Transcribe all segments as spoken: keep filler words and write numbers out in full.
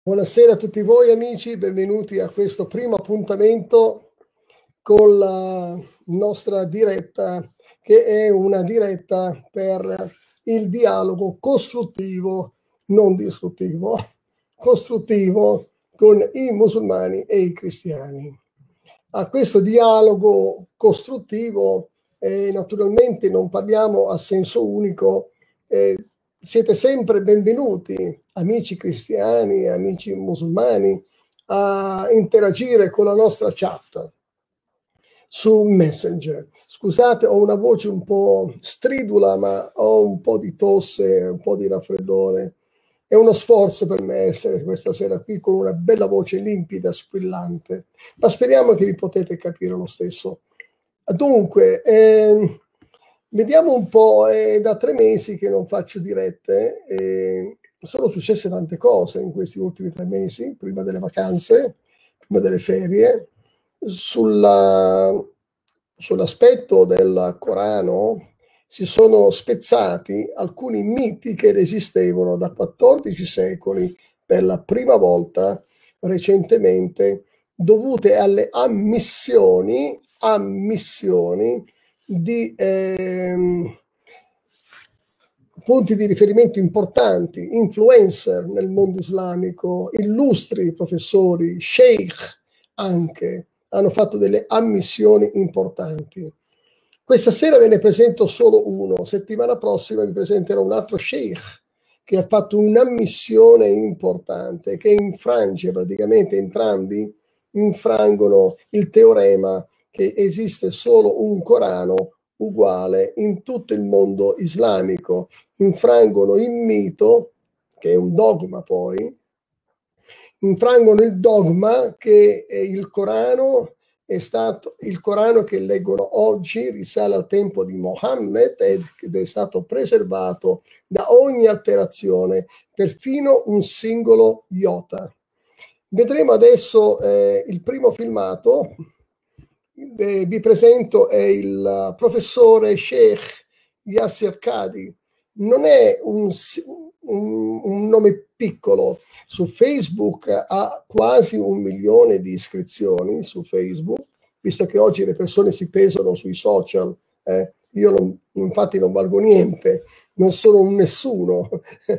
Buonasera a tutti voi amici, benvenuti a questo primo appuntamento con la nostra diretta, che è una diretta per il dialogo costruttivo, non distruttivo, costruttivo con i musulmani e i cristiani. A questo dialogo costruttivo eh, naturalmente non parliamo a senso unico, eh, siete sempre benvenuti, amici cristiani, amici musulmani, a interagire con la nostra chat su Messenger. Scusate, ho una voce un po' stridula, ma ho un po' di tosse, un po' di raffreddore. È uno sforzo per me essere questa sera qui con una bella voce limpida, squillante, ma speriamo che vi potete capire lo stesso. Dunque, eh, vediamo un po', è da tre mesi che non faccio dirette, eh, sono successe tante cose in questi ultimi tre mesi, prima delle vacanze, prima delle ferie, sulla, sull'aspetto del Corano si sono spezzati alcuni miti che esistevano da quattordici secoli per la prima volta recentemente, dovute alle ammissioni, ammissioni di ehm, punti di riferimento importanti, influencer nel mondo islamico, illustri professori, sheikh anche, hanno fatto delle ammissioni importanti. Questa sera ve ne presento solo uno, settimana prossima vi presenterò un altro sheikh che ha fatto un'ammissione importante, che infrange praticamente entrambi, infrangono il teorema che esiste solo un Corano uguale in tutto il mondo islamico, infrangono il mito, che è un dogma poi, infrangono il dogma che il Corano è stato, il Corano che leggono oggi risale al tempo di Mohammed ed è stato preservato da ogni alterazione, perfino un singolo iota. Vedremo adesso eh, il primo filmato. Eh, vi presento è il professore Sheikh Yasir Qadhi. Non è un, un, un nome piccolo. Su Facebook ha quasi un milione di iscrizioni su Facebook, visto che oggi le persone si pesano sui social. Eh, io non, infatti non valgo niente, non sono un nessuno.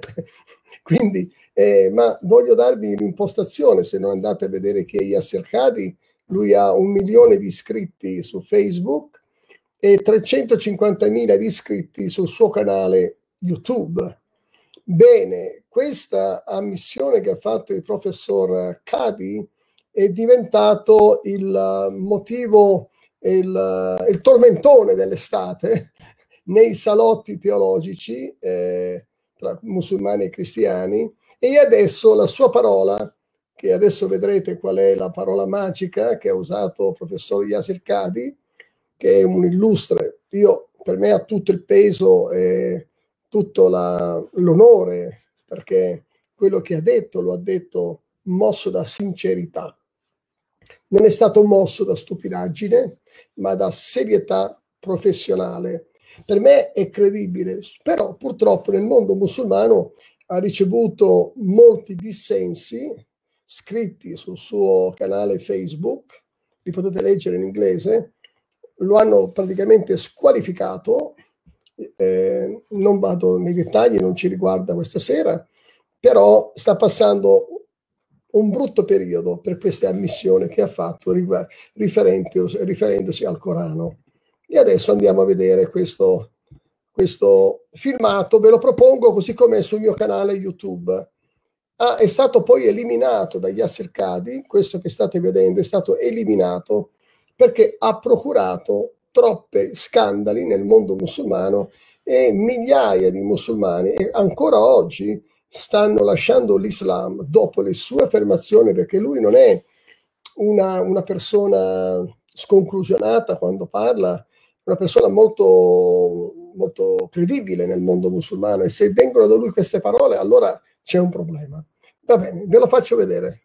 Quindi, eh, ma voglio darvi l'impostazione, se non andate a vedere chi è Yasir Qadhi. Lui ha un milione di iscritti su Facebook e trecentocinquantamila di iscritti sul suo canale YouTube. Bene, questa ammissione che ha fatto il professor Qadhi è diventato il motivo, il, il tormentone dell'estate nei salotti teologici eh, tra musulmani e cristiani, e adesso la sua parola, che adesso vedrete qual è la parola magica che ha usato il professor Yasir Qadhi, che è un illustre, io, per me ha tutto il peso e tutto la, l'onore, perché quello che ha detto lo ha detto mosso da sincerità. Non è stato mosso da stupidaggine, ma da serietà professionale. Per me è credibile, però purtroppo nel mondo musulmano ha ricevuto molti dissensi scritti sul suo canale Facebook, li potete leggere in inglese, lo hanno praticamente squalificato, eh, non vado nei dettagli, non ci riguarda questa sera, però sta passando un brutto periodo per queste ammissioni che ha fatto riferendosi al Corano. E adesso andiamo a vedere questo, questo filmato, ve lo propongo così come è sul mio canale YouTube. Ah, è stato poi eliminato da Yasir Qadhi, questo che state vedendo è stato eliminato perché ha procurato troppe scandali nel mondo musulmano e migliaia di musulmani e ancora oggi stanno lasciando l'Islam dopo le sue affermazioni, perché lui non è una, una persona sconclusionata quando parla, è una persona molto, molto credibile nel mondo musulmano, e se vengono da lui queste parole allora c'è un problema. Va bene, ve lo faccio vedere.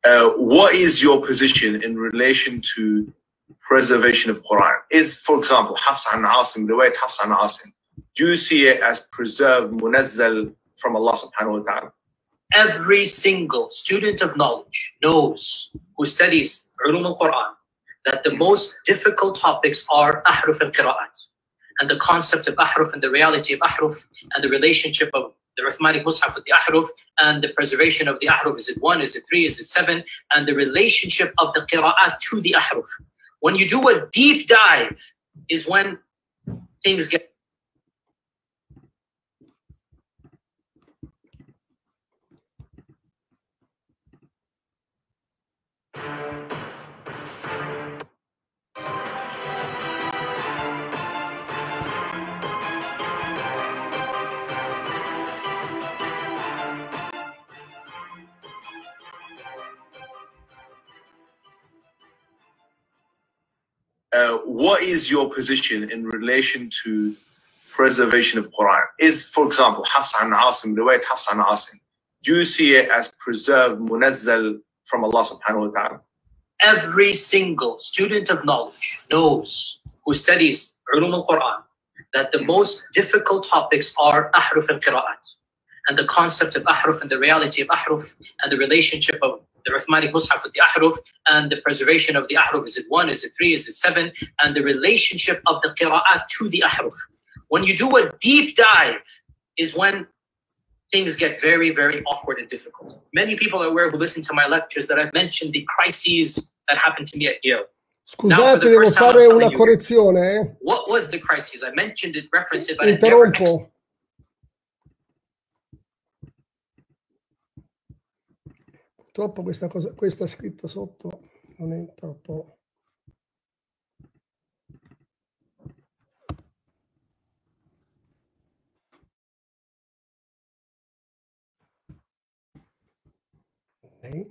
Uh, what is your position in relation to preservation of Quran? Is, for example, Hafs an Asim, the way Hafs an Asim, do you see it as preserved, munazzal from Allah subhanahu wa ta'ala? Every single student of knowledge knows, who studies ulum al-Quran, that the most difficult topics are ahruf al-qira'at, and the concept of ahruf and the reality of ahruf and the relationship of the Uthmanic Mus'haf with the ahruf and the preservation of the ahruf. Is it one, is it three, is it seven? And the relationship of the qira'at to the ahruf. When you do a deep dive is when things get Uh, what is your position in relation to preservation of Quran? Is, for example, Hafs an Asim, the way Hafs an Asim, do you see it as preserved, munazzal from Allah subhanahu wa ta'ala? Every single student of knowledge knows, who studies ulum al-Quran, that the most difficult topics are ahruf al-qira'at, and the concept of ahruf and the reality of ahruf and the relationship of the Uthmanic Mus'haf with the ahruf and the preservation of the ahruf. Is it one, is it three, is it seven? And the relationship of the qira'at to the ahruf. When you do a deep dive is when things get very, very awkward and difficult. Many people are aware who listen to my lectures that I've mentioned the crises that happened to me at Yale. Scusate, devo fare una correzione. What was the crisis? I mentioned it, referenced it, but Interrompo. Purtroppo questa cosa, questa scritta sotto non è troppo. Okay.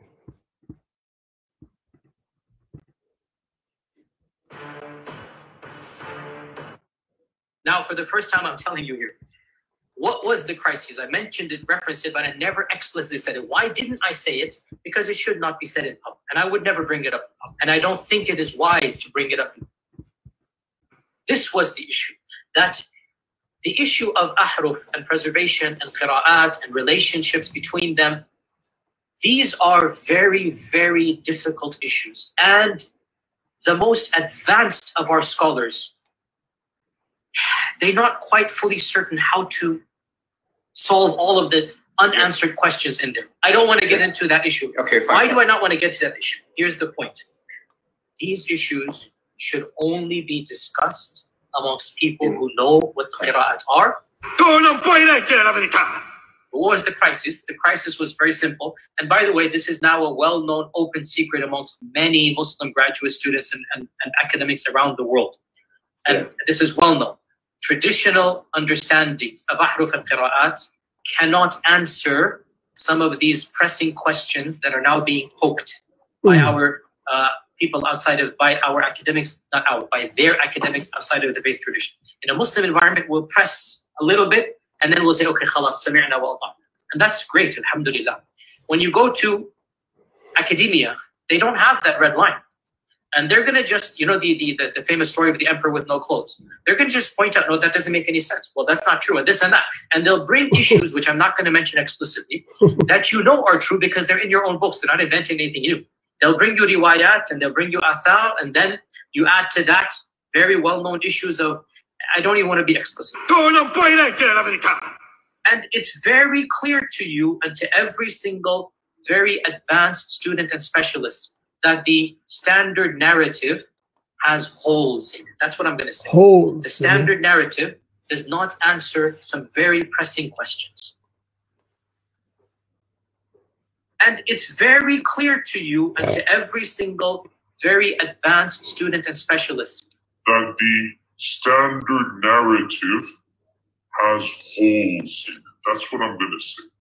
Now, for the first time, I'm telling you here, what was the crisis? I mentioned it, referenced it, but I never explicitly said it. Why didn't I say it? Because it should not be said in public, and I would never bring it up. And I don't think it is wise to bring it up. This was the issue, that the issue of ahruf and preservation and qira'at and relationships between them, these are very, very difficult issues. And the most advanced of our scholars, they're not quite fully certain how to solve all of the unanswered questions in there. I don't want to get into that issue. Okay, fine. Why do I not want to get to that issue? Here's the point. These issues should only be discussed amongst people who know what the qira'at are. What was the crisis? The crisis was very simple. And by the way, this is now a well-known open secret amongst many Muslim graduate students and, and, and academics around the world. And yeah. This is well-known. Traditional understandings of ahruf and qira'at cannot answer some of these pressing questions that are now being poked by mm. our uh, people outside of, by our academics, not our, by their academics outside of the faith tradition. In a Muslim environment, we'll press a little bit and then we'll say, okay, khalas, sami'na wa ata'na. And that's great, alhamdulillah. When you go to academia, they don't have that red line. And they're going to just, you know, the, the, the, the famous story of the emperor with no clothes. They're going to just point out, no, that doesn't make any sense. Well, that's not true, and this and that. And they'll bring issues, which I'm not going to mention explicitly, that you know are true because they're in your own books. They're not inventing anything new. They'll bring you riwayat, and they'll bring you athar, and then you add to that very well-known issues of, I don't even want to be explicit. And it's very clear to you and to every single very advanced student and specialist that the standard narrative has holes in it. That's what I'm going to say. Holes. The standard narrative does not answer some very pressing questions. And it's very clear to you and to every single very advanced student and specialist that the standard narrative has holes in it. That's what I'm going to say.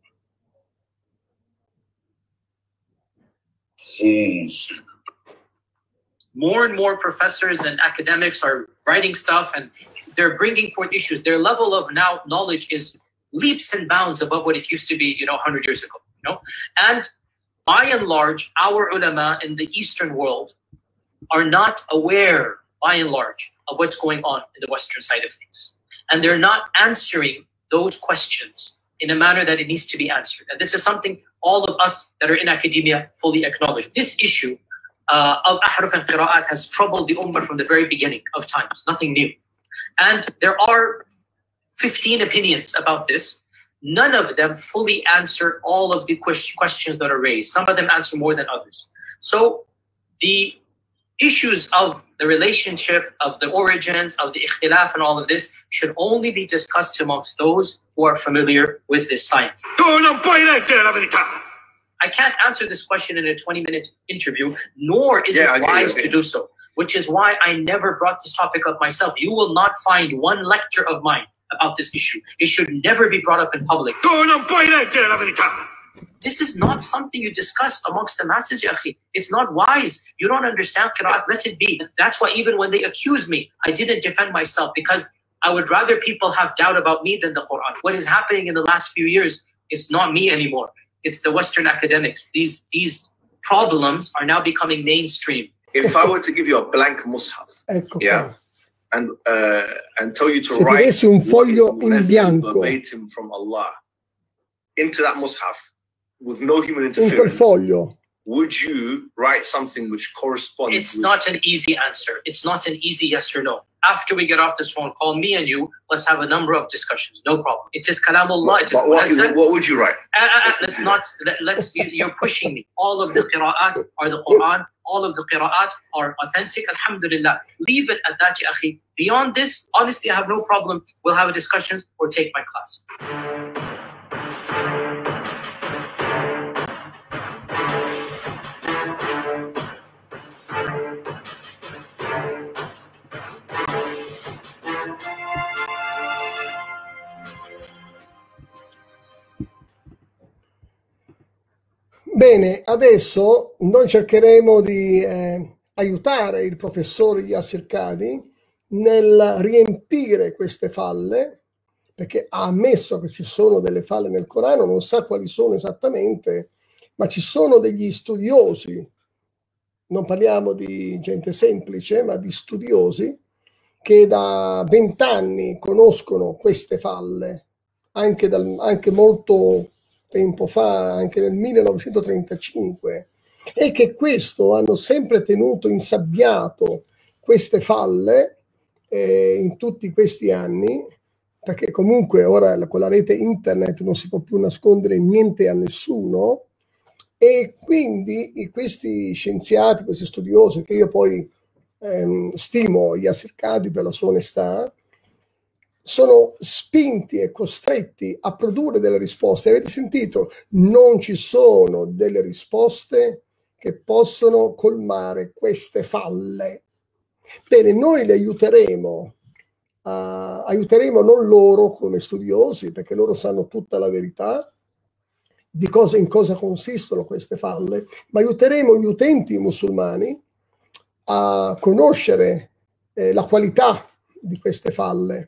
Holes in it. More and more professors and academics are writing stuff and they're bringing forth issues. Their level of now knowledge is leaps and bounds above what it used to be, you know, one hundred years ago, you know? And by and large, our ulama in the Eastern world are not aware, by and large, of what's going on in the Western side of things. And they're not answering those questions in a manner that it needs to be answered. And this is something all of us that are in academia fully acknowledge. This issue uh, of ahruf and qira'at has troubled the ummah from the very beginning of times, nothing new. And there are fifteen opinions about this. None of them fully answer all of the questions that are raised. Some of them answer more than others. So the issues of the relationship, of the origins, of the ikhtilaf and all of this should only be discussed amongst those who are familiar with this science. I can't answer this question in a twenty minute interview, nor is yeah, it wise to do so, which is why I never brought this topic up myself. You will not find one lecture of mine about this issue. It should never be brought up in public. This is not something you discuss amongst the masses, ya akhi. It's not wise. You don't understand qira'at, let it be. That's why even when they accuse me, I didn't defend myself, because I would rather people have doubt about me than the Quran. What is happening in the last few years is not me anymore. It's the Western academics. These, these problems are now becoming mainstream. If I were to give you a blank mushaf, ecco yeah, and uh, and tell you to Se write ti un foglio in bianco verbatim from Allah into that mushaf with no human in quel interference, foglio, would you write something which corresponds? It's with not an easy answer. It's not an easy yes or no. After we get off this phone call, me and you, let's have a number of discussions. No problem. It is kalamullah. It is but what, is, what would you write? Uh, uh, uh, let's not. Let, let's. You, you're pushing me. All of the qira'at are the Quran. All of the qira'at are authentic. Alhamdulillah. Leave it at that, ya akhi. Beyond this, honestly, I have no problem. We'll have a discussion or take my class. Bene, adesso noi cercheremo di eh, aiutare il professor Yasir Qadhi nel riempire queste falle, perché ha ammesso che ci sono delle falle nel Corano, non sa quali sono esattamente, ma ci sono degli studiosi, non parliamo di gente semplice, ma di studiosi che da vent'anni conoscono queste falle, anche, dal, anche molto tempo fa, anche nel millenovecentotrentacinque, e che questo hanno sempre tenuto insabbiato queste falle eh, in tutti questi anni, perché comunque ora con la rete internet non si può più nascondere niente a nessuno, e quindi questi scienziati, questi studiosi, che io poi ehm, stimo Yasir Qadhi per la sua onestà, sono spinti e costretti a produrre delle risposte. Avete sentito? Non ci sono delle risposte che possono colmare queste falle. Bene, noi le aiuteremo, uh, aiuteremo non loro come studiosi, perché loro sanno tutta la verità di cosa, in cosa consistono queste falle, ma aiuteremo gli utenti musulmani a conoscere eh, la qualità di queste falle.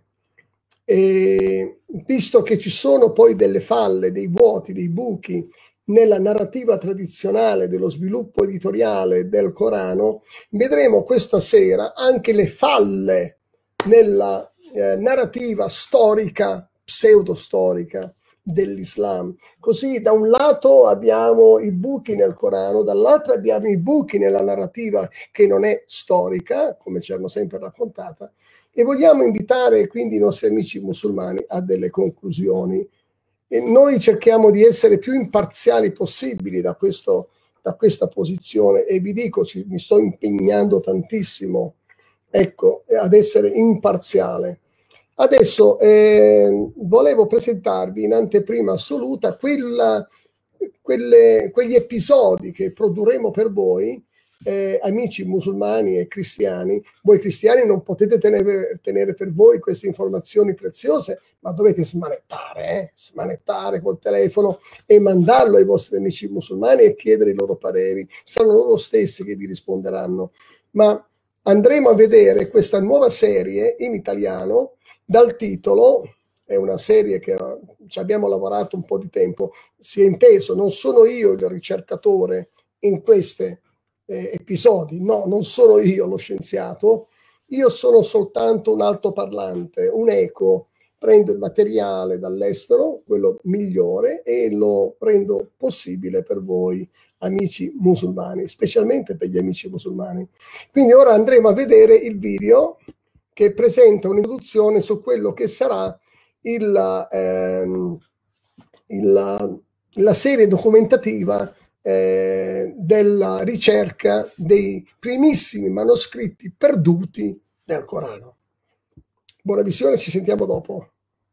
E visto che ci sono poi delle falle, dei vuoti, dei buchi nella narrativa tradizionale dello sviluppo editoriale del Corano, vedremo questa sera anche le falle nella eh, narrativa storica, pseudostorica dell'Islam. Così da un lato abbiamo i buchi nel Corano, dall'altro abbiamo i buchi nella narrativa che non è storica, come ci hanno sempre raccontata, e vogliamo invitare quindi i nostri amici musulmani a delle conclusioni. E noi cerchiamo di essere più imparziali possibili da, questo, da questa posizione, e vi dico, ci, mi sto impegnando tantissimo, ecco, ad essere imparziale. Adesso eh, volevo presentarvi in anteprima assoluta quella, quelle, quegli episodi che produrremo per voi, Eh, amici musulmani e cristiani. Voi cristiani non potete tenere, tenere per voi queste informazioni preziose, ma dovete smanettare, eh? smanettare col telefono e mandarlo ai vostri amici musulmani e chiedere i loro pareri. Saranno loro stessi che vi risponderanno. Ma andremo a vedere questa nuova serie in italiano dal titolo è una serie che ci abbiamo lavorato un po' di tempo, si è inteso, non sono io il ricercatore in questi eh, episodi, no, non sono io lo scienziato, io sono soltanto un altoparlante, un eco, prendo il materiale dall'estero, quello migliore, e lo rendo possibile per voi amici musulmani, specialmente per gli amici musulmani. Quindi ora andremo a vedere il video che presenta un'introduzione su quello che sarà il, ehm, il, la serie documentativa eh, della ricerca dei primissimi manoscritti perduti del Corano. Buona visione, ci sentiamo dopo.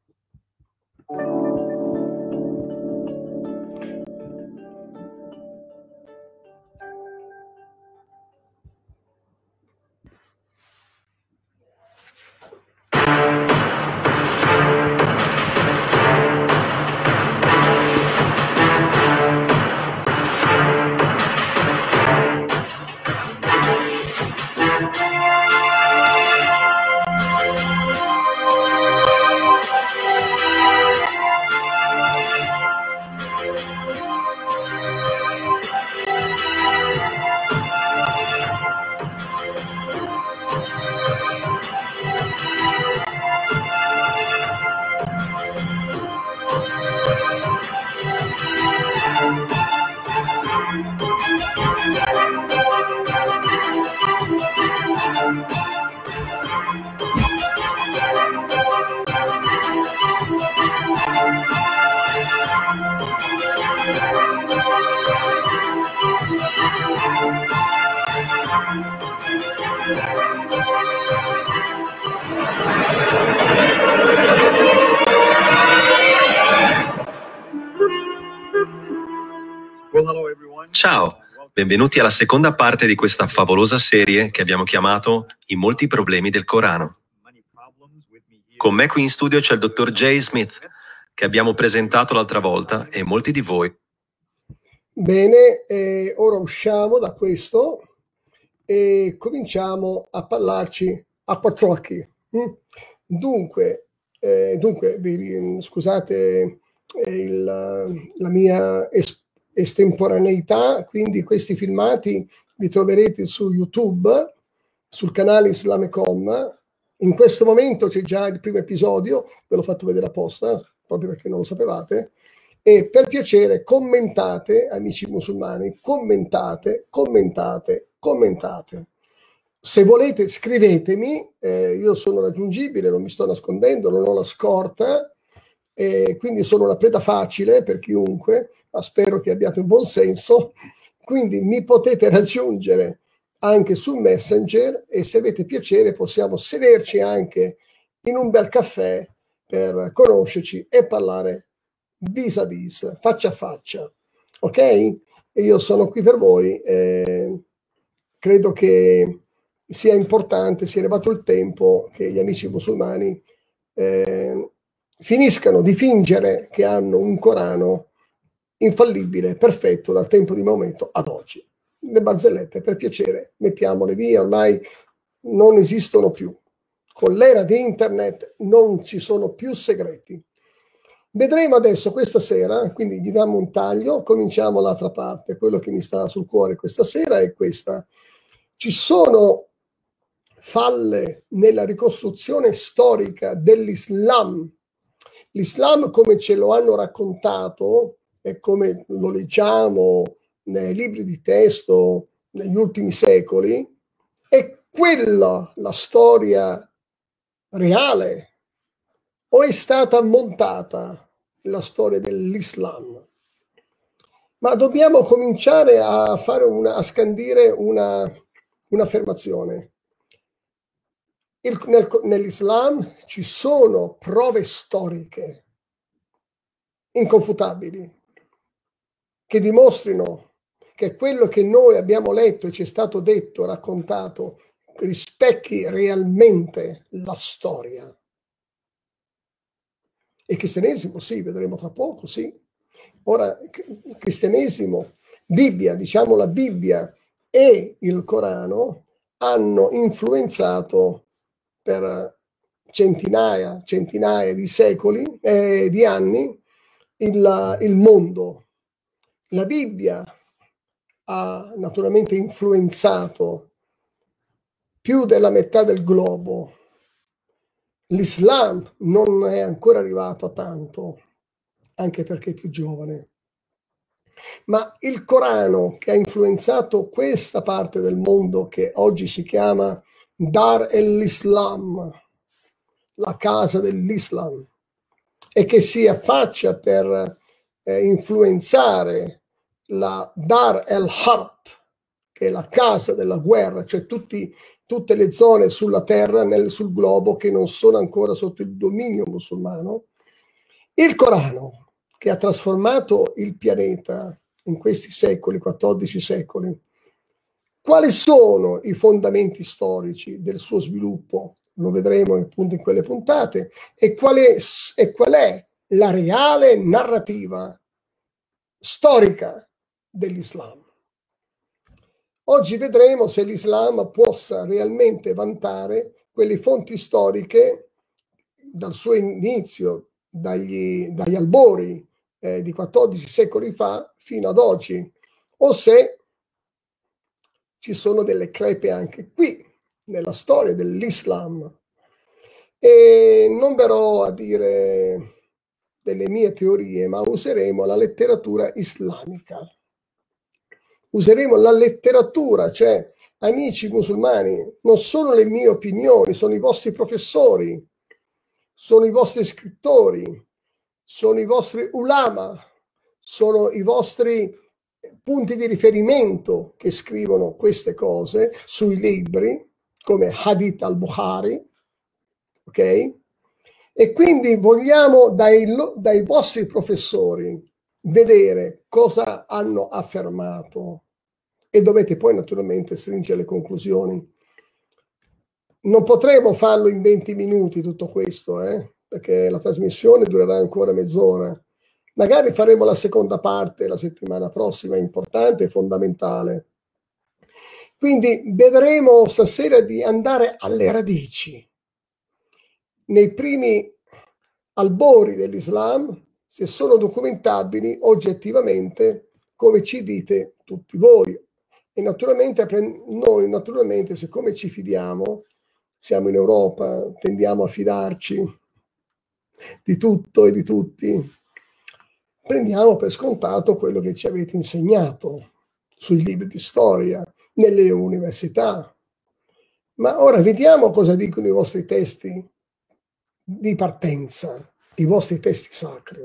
Ciao, benvenuti alla seconda parte di questa favolosa serie che abbiamo chiamato I molti problemi del Corano. Con me qui in studio c'è il dottor Jay Smith, che abbiamo presentato l'altra volta, e molti di voi. Bene, eh, ora usciamo da questo e cominciamo a parlarci a quattro occhi. Mm? Dunque, eh, dunque vi, scusate eh, il, la mia esperienza, estemporaneità, quindi questi filmati li troverete su YouTube, sul canale Islamecom. In questo momento c'è già il primo episodio, ve l'ho fatto vedere apposta, proprio perché non lo sapevate, e per piacere commentate, amici musulmani, commentate, commentate, commentate. Se volete scrivetemi, eh, io sono raggiungibile, non mi sto nascondendo, non ho la scorta, e quindi sono una preda facile per chiunque, ma spero che abbiate un buon senso, quindi mi potete raggiungere anche su Messenger e se avete piacere possiamo sederci anche in un bel caffè per conoscerci e parlare vis a vis, faccia a faccia, ok? E io sono qui per voi, eh, credo che sia importante, sia arrivato il tempo che gli amici musulmani eh, finiscano di fingere che hanno un Corano infallibile, perfetto dal tempo di Maometto ad oggi. Le barzellette, per piacere, mettiamole via, ormai non esistono più. Con l'era di internet non ci sono più segreti. Vedremo adesso questa sera, quindi gli diamo un taglio, cominciamo l'altra parte. Quello che mi sta sul cuore questa sera è questa. Ci sono falle nella ricostruzione storica dell'Islam. L'Islam, come ce lo hanno raccontato e come lo leggiamo nei libri di testo negli ultimi secoli, è quella la storia reale o è stata montata la storia dell'Islam? Ma dobbiamo cominciare a fare una, a scandire una, un'affermazione. Il, nel, nell'Islam ci sono prove storiche inconfutabili che dimostrino che quello che noi abbiamo letto e ci è stato detto, raccontato, rispecchi realmente la storia. Il cristianesimo, sì, vedremo tra poco, sì. Ora, il cristianesimo, Bibbia, diciamo la Bibbia e il Corano hanno influenzato per centinaia, centinaia di secoli, eh, di anni, il, il mondo. La Bibbia ha naturalmente influenzato più della metà del globo. L'Islam non è ancora arrivato a tanto, anche perché è più giovane. Ma il Corano, che ha influenzato questa parte del mondo che oggi si chiama Dar el-Islam, la casa dell'Islam, e che si affaccia per eh, influenzare la Dar el-Harb, che è la casa della guerra, cioè tutti, tutte le zone sulla terra, nel, sul globo, che non sono ancora sotto il dominio musulmano. Il Corano, che ha trasformato il pianeta in questi secoli, quattordici secoli, quali sono i fondamenti storici del suo sviluppo? Lo vedremo appunto in quelle puntate. E qual è, e qual è la reale narrativa storica dell'Islam? Oggi vedremo se l'Islam possa realmente vantare quelle fonti storiche dal suo inizio, dagli, dagli albori eh, di quattordici secoli fa fino ad oggi, o se ci sono delle crepe anche qui nella storia dell'Islam. E non verrò a dire delle mie teorie, ma useremo la letteratura islamica. Useremo la letteratura, cioè, amici musulmani, non sono le mie opinioni, sono i vostri professori, sono i vostri scrittori, sono i vostri ulama, sono i vostri punti di riferimento che scrivono queste cose sui libri, come Hadith al-Bukhari, ok? E quindi vogliamo dai, dai vostri professori vedere cosa hanno affermato e dovete poi naturalmente stringere le conclusioni. Non potremo farlo in venti minuti tutto questo, eh? Perché la trasmissione durerà ancora mezz'ora. Magari faremo la seconda parte la settimana prossima, importante e fondamentale. Quindi vedremo stasera di andare alle radici. Nei primi albori dell'Islam, se sono documentabili oggettivamente, come ci dite tutti voi. E naturalmente noi, naturalmente, siccome ci fidiamo, siamo in Europa, tendiamo a fidarci di tutto e di tutti, prendiamo per scontato quello che ci avete insegnato sui libri di storia, nelle università. Ma ora vediamo cosa dicono i vostri testi di partenza, i vostri testi sacri.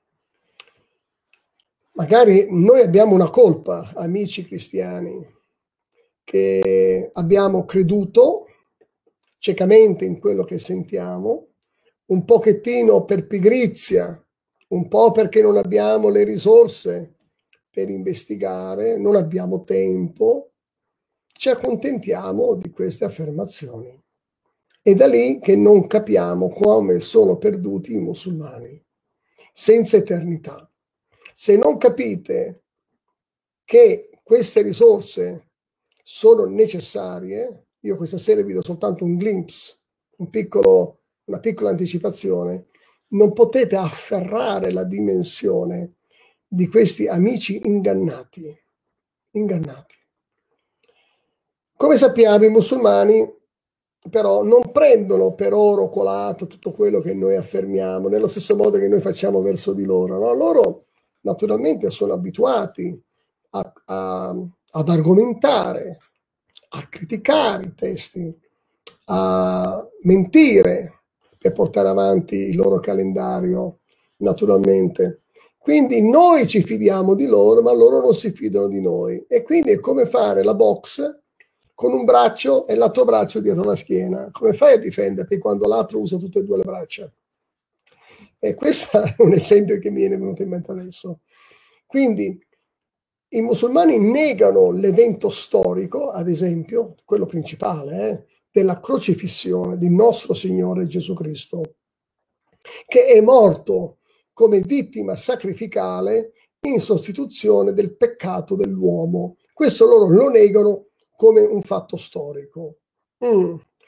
Magari noi abbiamo una colpa, amici cristiani, che abbiamo creduto ciecamente in quello che sentiamo, un pochettino per pigrizia, un po' perché non abbiamo le risorse per investigare, non abbiamo tempo, ci accontentiamo di queste affermazioni. È da lì che non capiamo come sono perduti i musulmani, senza eternità. Se non capite che queste risorse sono necessarie, io questa sera vi do soltanto un glimpse, un piccolo, una piccola anticipazione, non potete afferrare la dimensione di questi amici ingannati. Ingannati. Come sappiamo, i musulmani però non prendono per oro colato tutto quello che noi affermiamo, nello stesso modo che noi facciamo verso di loro. No? Loro naturalmente sono abituati a, a, ad argomentare, a criticare i testi, a mentire per portare avanti il loro calendario, naturalmente. Quindi noi ci fidiamo di loro, ma loro non si fidano di noi. E quindi è come fare la box con un braccio e l'altro braccio dietro la schiena. Come fai a difenderti quando l'altro usa tutte e due le braccia? E questo è un esempio che mi viene venuto in mente adesso. Quindi i musulmani negano l'evento storico, ad esempio, quello principale, eh, della crocifissione di nostro Signore Gesù Cristo, che è morto come vittima sacrificale in sostituzione del peccato dell'uomo. Questo loro lo negano come un fatto storico. Mm.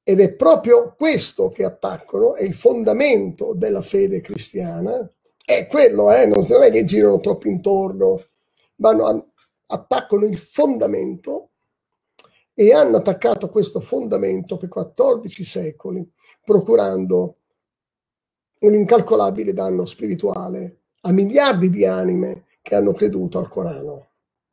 Ed è proprio questo che attaccano, è il fondamento della fede cristiana, è quello, eh, non è che girano troppo intorno, vanno, attaccano il fondamento e hanno attaccato questo fondamento per quattordici secoli, procurando un incalcolabile danno spirituale a miliardi di anime che hanno creduto al Corano.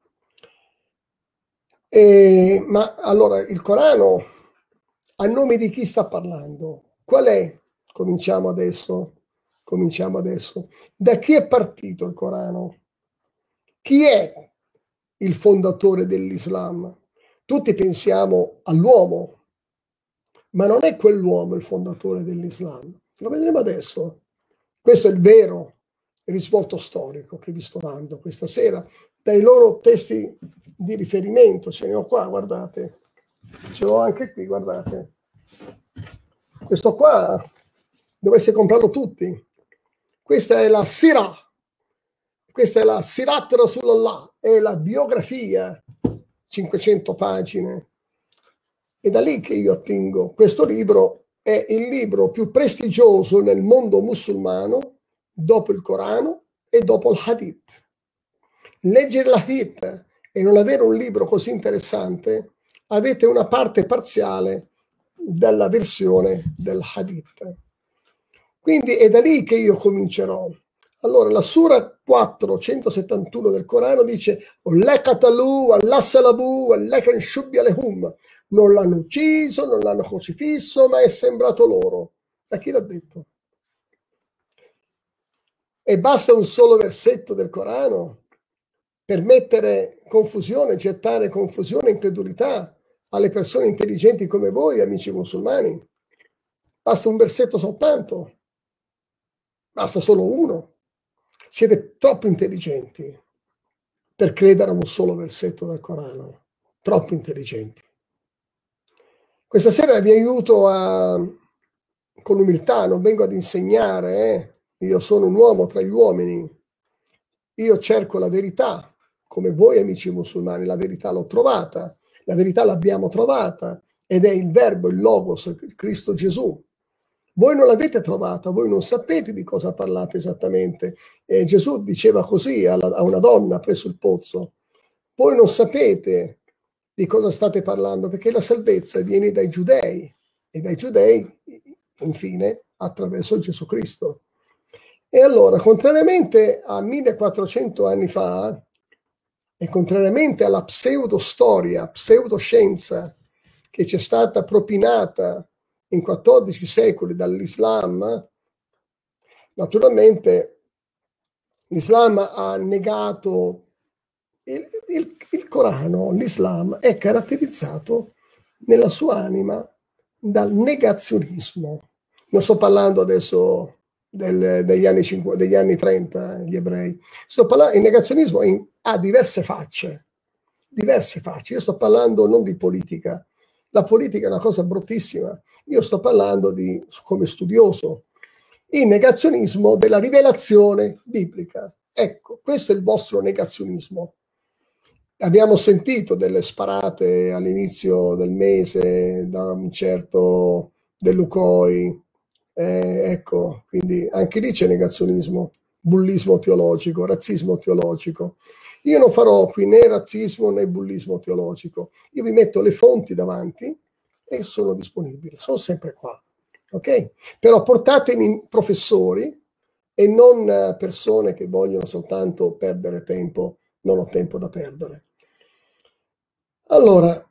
E, ma allora il Corano, a nome di chi sta parlando? Qual è? Cominciamo adesso. Cominciamo adesso. Da chi è partito il Corano? Chi è il fondatore dell'Islam? Tutti pensiamo all'uomo, ma non è quell'uomo il fondatore dell'Islam. Lo vedremo adesso. Questo è il vero risvolto storico che vi sto dando questa sera dai loro testi di riferimento. Ce ne ho qua, guardate. Ce l'ho anche qui, guardate. Questo qua dovreste comprarlo tutti. Questa è la Sirah. Questa è la Sirat Rasulullah, è la biografia, cinquecento pagine. E da lì che io attingo. Questo libro è il libro più prestigioso nel mondo musulmano dopo il Corano e dopo il Hadith. Leggere l'Hadith e non avere un libro così interessante, avete una parte parziale della versione del Hadith. Quindi è da lì che io comincerò. Allora, la Sura quattro, centosettantuno del Corano dice non l'hanno ucciso, non l'hanno crocifisso, ma è sembrato loro. Da chi l'ha detto? E basta un solo versetto del Corano per mettere confusione, gettare confusione e incredulità alle persone intelligenti come voi, amici musulmani. Basta un versetto soltanto. Basta solo uno. Siete troppo intelligenti per credere a un solo versetto del Corano. Troppo intelligenti. Questa sera vi aiuto a, con umiltà, non vengo ad insegnare, eh? Io sono un uomo tra gli uomini. Io cerco la verità, come voi amici musulmani, la verità l'ho trovata, la verità l'abbiamo trovata, ed è il verbo, il logos, Cristo Gesù. Voi non l'avete trovata, voi non sapete di cosa parlate esattamente. Eh, Gesù diceva così alla, a una donna presso il pozzo: voi non sapete di cosa state parlando, perché la salvezza viene dai giudei, e dai giudei, infine, attraverso Gesù Cristo. E allora, contrariamente a millequattrocento anni fa, e contrariamente alla pseudostoria, pseudoscienza che ci è stata propinata in quattordici secoli dall'Islam, naturalmente l'Islam ha negato il, il, il Corano. L'Islam è caratterizzato nella sua anima dal negazionismo. Non sto parlando adesso del, degli, anni cinquanta, degli anni trenta, gli ebrei. Sto parlando, il negazionismo in, ha diverse facce, diverse facce. Io sto parlando non di politica. La politica è una cosa bruttissima. Io sto parlando di, come studioso, il negazionismo della rivelazione biblica. Ecco, questo è il vostro negazionismo. Abbiamo sentito delle sparate all'inizio del mese da un certo De Lucoi. Eh, ecco, quindi anche lì c'è negazionismo, bullismo teologico, razzismo teologico. Io non farò qui né razzismo né bullismo teologico. Io vi metto le fonti davanti e sono disponibile, sono sempre qua, ok? Però portatemi professori e non persone che vogliono soltanto perdere tempo. Non ho tempo da perdere. Allora,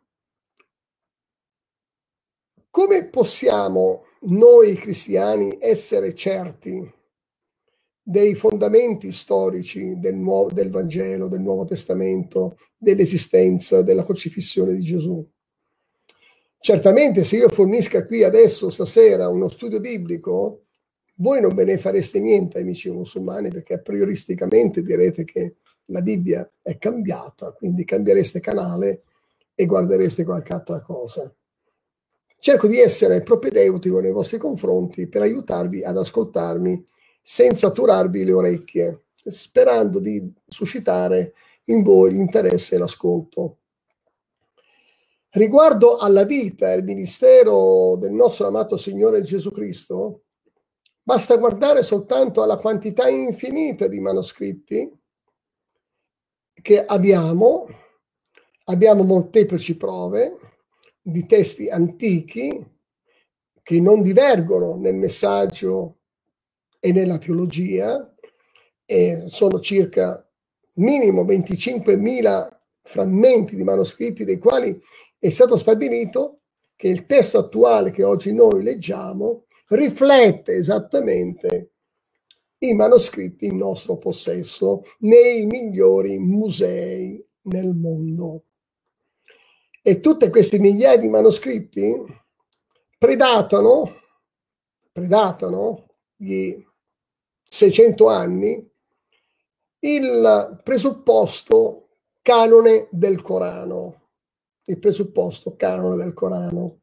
come possiamo noi cristiani essere certi dei fondamenti storici del, nuovo, del Vangelo, del Nuovo Testamento, dell'esistenza, della crocifissione di Gesù? Certamente, se io fornisca qui adesso, stasera, uno studio biblico, voi non ve ne fareste niente, amici musulmani, perché a prioristicamente direte che la Bibbia è cambiata, quindi cambiereste canale e guardereste qualche altra cosa. Cerco di essere propedeutico nei vostri confronti per aiutarvi ad ascoltarmi senza turarvi le orecchie, sperando di suscitare in voi l'interesse e l'ascolto. Riguardo alla vita e al ministero del nostro amato Signore Gesù Cristo, basta guardare soltanto alla quantità infinita di manoscritti che abbiamo. Abbiamo molteplici prove di testi antichi che non divergono nel messaggio e nella teologia, e sono circa minimo venticinquemila frammenti di manoscritti, dei quali è stato stabilito che il testo attuale che oggi noi leggiamo riflette esattamente i manoscritti in nostro possesso nei migliori musei nel mondo. E tutte queste migliaia di manoscritti predatano, predatano gli seicento anni il presupposto canone del Corano, il presupposto canone del Corano.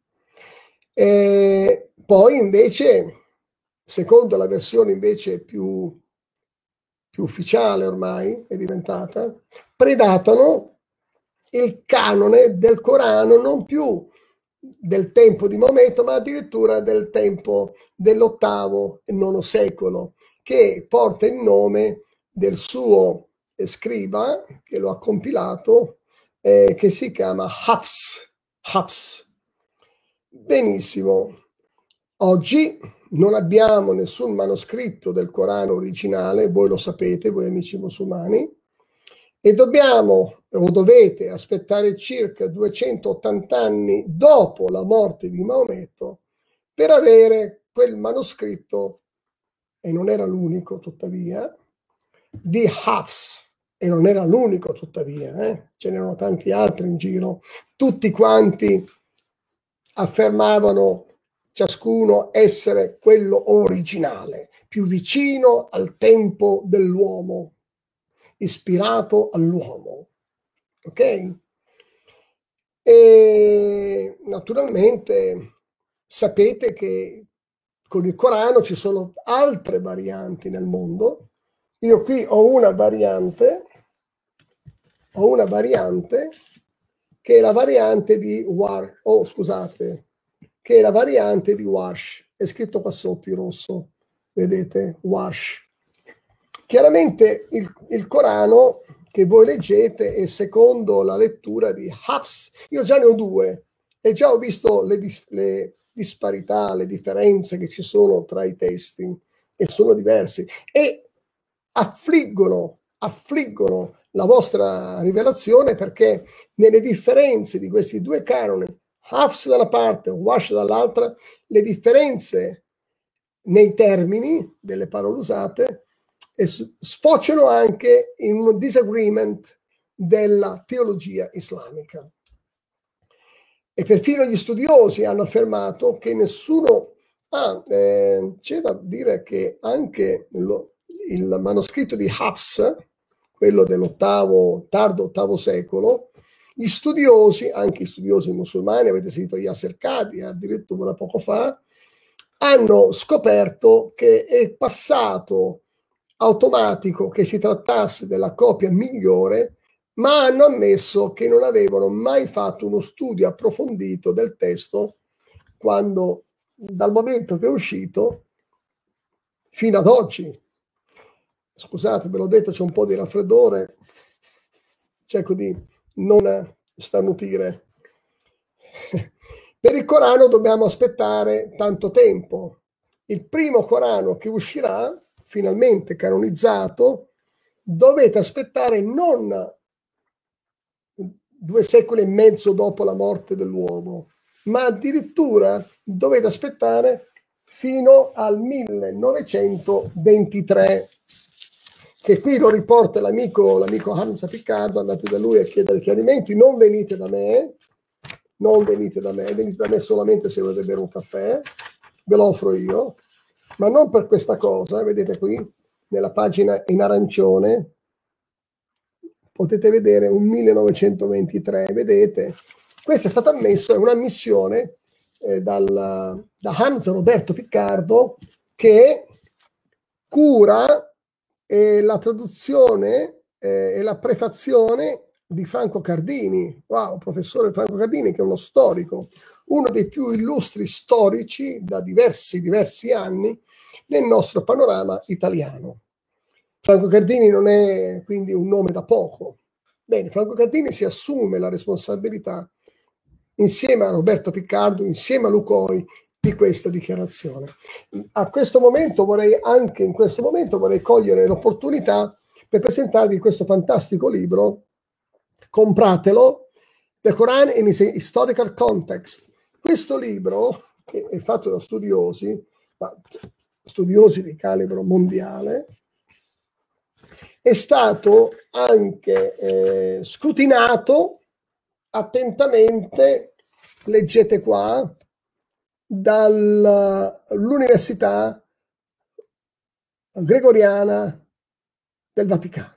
E poi invece, secondo la versione invece più, più ufficiale ormai è diventata, predatano il canone del Corano non più del tempo di Maometto, ma addirittura del tempo dell'ottavo e nono secolo, che porta il nome del suo scriba che lo ha compilato, eh, che si chiama Hafs. Hafs. Benissimo. Oggi non abbiamo nessun manoscritto del Corano originale, voi lo sapete, voi amici musulmani, e dobbiamo o dovete aspettare circa duecentottanta anni dopo la morte di Maometto per avere quel manoscritto, e non era l'unico tuttavia, di Hafs, e non era l'unico tuttavia, eh? Ce n'erano tanti altri in giro, tutti quanti affermavano ciascuno essere quello originale, più vicino al tempo dell'uomo, ispirato all'uomo, ok? E naturalmente sapete che con il Corano ci sono altre varianti nel mondo. Io qui ho una variante, ho una variante che è la variante di War, oh scusate, che è la variante di Warsh, è scritto qua sotto in rosso, vedete, Warsh. Chiaramente il, il Corano che voi leggete è secondo la lettura di Hafs. Io già ne ho due e già ho visto le, le disparità, le differenze che ci sono tra i testi, e sono diversi e affliggono, affliggono la vostra rivelazione, perché nelle differenze di questi due canoni, Hafs da una parte, Warsh dall'altra, le differenze nei termini delle parole usate e sfociano anche in un disagreement della teologia islamica. E perfino gli studiosi hanno affermato che nessuno... Ah, eh, c'è da dire che anche lo, il manoscritto di Hafs, quello dell'ottavo, tardo ottavo secolo, gli studiosi, anche gli studiosi musulmani, avete sentito Yasser Qadhi addirittura poco fa, hanno scoperto che è passato automatico che si trattasse della copia migliore, ma hanno ammesso che non avevano mai fatto uno studio approfondito del testo quando, dal momento che è uscito fino ad oggi. Scusate, ve l'ho detto, c'è un po' di raffreddore, cerco di non starnutire. Per il Corano dobbiamo aspettare tanto tempo. Il primo Corano che uscirà, finalmente canonizzato, dovete aspettare non due secoli e mezzo dopo la morte dell'uomo, ma addirittura dovete aspettare fino al millenovecentoventitré, che qui lo riporta l'amico l'amico Hamza Piccardo. Andate da lui a chiedere chiarimenti, non venite da me, non venite da me, venite da me solamente se volete bere un caffè, ve lo offro io, ma non per questa cosa. Vedete qui nella pagina in arancione potete vedere un millenovecentoventitré, vedete, questo è stato ammesso, è un'ammissione eh, dal, da Hamza Roberto Piccardo, che cura eh, la traduzione eh, e la prefazione di Franco Cardini, wow, professore Franco Cardini, che è uno storico, uno dei più illustri storici da diversi, diversi anni nel nostro panorama italiano. Franco Cardini non è quindi un nome da poco. Bene, Franco Cardini si assume la responsabilità, insieme a Roberto Piccardo, insieme a Lucoi, di questa dichiarazione. A questo momento vorrei, anche in questo momento, vorrei cogliere l'opportunità per presentarvi questo fantastico libro. Compratelo, The Quran in its Historical Context. Questo libro, che è fatto da studiosi, ma studiosi di calibro mondiale, è stato anche eh, scrutinato attentamente, leggete qua, dall'Università Gregoriana del Vaticano.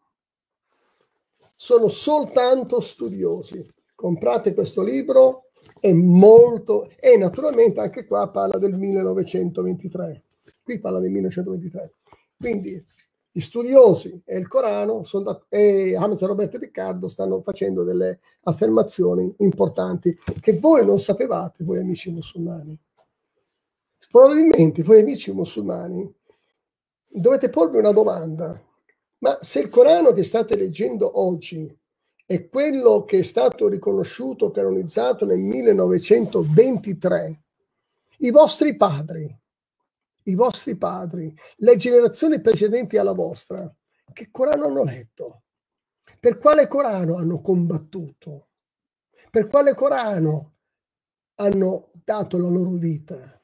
Sono soltanto studiosi. Comprate questo libro, è molto, e naturalmente anche qua parla del millenovecentoventitré. Qui parla del millenovecentoventitré. Quindi gli studiosi e il Corano sono da, e Hamza Roberto Piccardo stanno facendo delle affermazioni importanti che voi non sapevate, voi amici musulmani. Probabilmente voi amici musulmani dovete porvi una domanda: ma se il Corano che state leggendo oggi è quello che è stato riconosciuto, canonizzato nel millenovecentoventitré, i vostri padri, i vostri padri, le generazioni precedenti alla vostra, che Corano hanno letto? Per quale Corano hanno combattuto? Per quale Corano hanno dato la loro vita?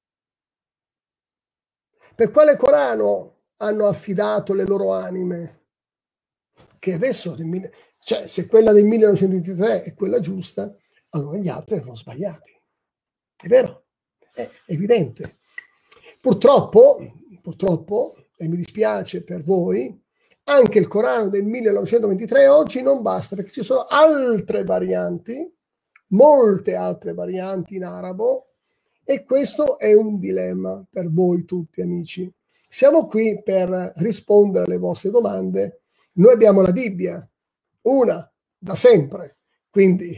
Per quale Corano hanno affidato le loro anime? Che adesso, cioè, se quella del millenovecentoventitré è quella giusta, allora gli altri erano sbagliati. È vero? È evidente. Purtroppo, purtroppo, e mi dispiace per voi, anche il Corano del millenovecentoventitré oggi non basta, perché ci sono altre varianti, molte altre varianti in arabo, e questo è un dilemma per voi tutti, amici. Siamo qui per rispondere alle vostre domande. Noi abbiamo la Bibbia, una, da sempre, quindi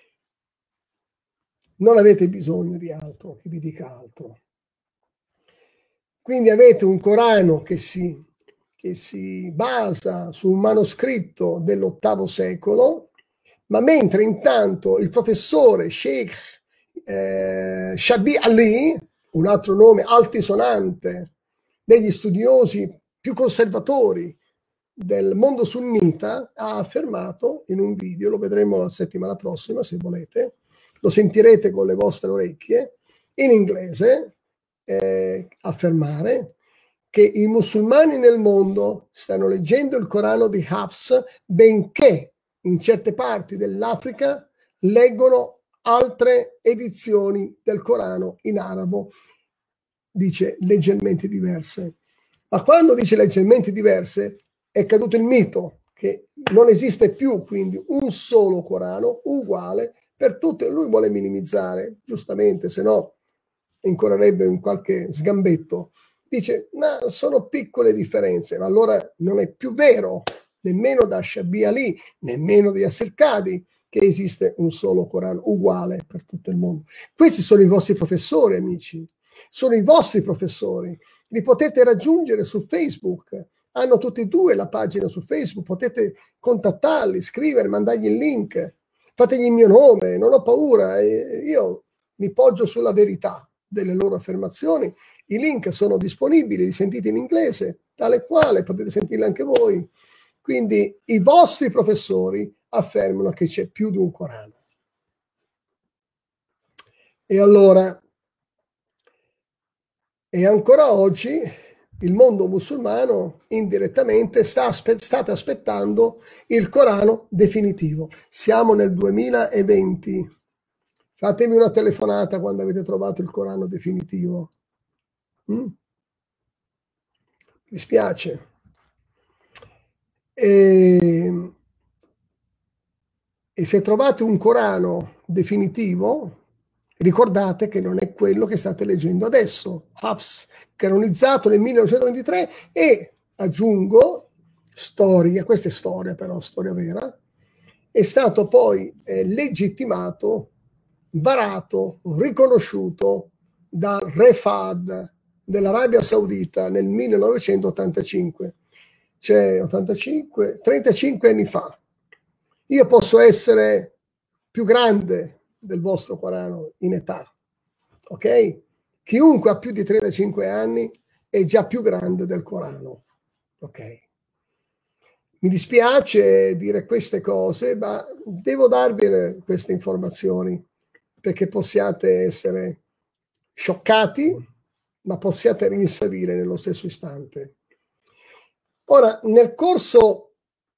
non avete bisogno di altro, che vi dica altro. Quindi avete un Corano che si, che si basa su un manoscritto dell'ottavo secolo, ma mentre intanto il professore Sheikh eh, Shabi Ali, un altro nome altisonante degli studiosi più conservatori del mondo sunnita, ha affermato in un video, lo vedremo la settimana prossima se volete, lo sentirete con le vostre orecchie, in inglese, Eh, affermare che i musulmani nel mondo stanno leggendo il Corano di Hafs, benché in certe parti dell'Africa leggono altre edizioni del Corano in arabo, dice leggermente diverse. Ma quando dice leggermente diverse è caduto il mito che non esiste più quindi un solo Corano uguale per tutte. Lui vuole minimizzare, giustamente, se no incorrerebbe in qualche sgambetto. Dice, ma sono piccole differenze, ma allora non è più vero, nemmeno da Shabi Ali, nemmeno di Yasser Qadi, che esiste un solo Corano uguale per tutto il mondo. Questi sono i vostri professori, amici, sono i vostri professori, li potete raggiungere su Facebook, hanno tutti e due la pagina su Facebook, potete contattarli, scrivere, mandargli il link, fategli il mio nome, non ho paura, io mi poggio sulla verità delle loro affermazioni. I link sono disponibili, li sentite in inglese, tale quale, potete sentirli anche voi. Quindi i vostri professori affermano che c'è più di un Corano. E allora, e ancora oggi il mondo musulmano indirettamente sta aspe- state aspettando il Corano definitivo. Siamo nel duemilaventi. Fatemi una telefonata quando avete trovato il Corano definitivo. Mm? Mi spiace. E, e se trovate un Corano definitivo, ricordate che non è quello che state leggendo adesso. Hafs, canonizzato nel millenovecentoventitré, e aggiungo, storia, questa è storia però, storia vera, è stato poi eh, legittimato, varato, riconosciuto dal Re Fahd dell'Arabia Saudita nel millenovecentottantacinque, cioè ottantacinque, trentacinque anni fa. Io posso essere più grande del vostro Corano in età, ok? Chiunque ha più di trentacinque anni è già più grande del Corano, ok? Mi dispiace dire queste cose, ma devo darvi queste informazioni perché possiate essere scioccati, ma possiate rinsavire nello stesso istante. Ora, nel corso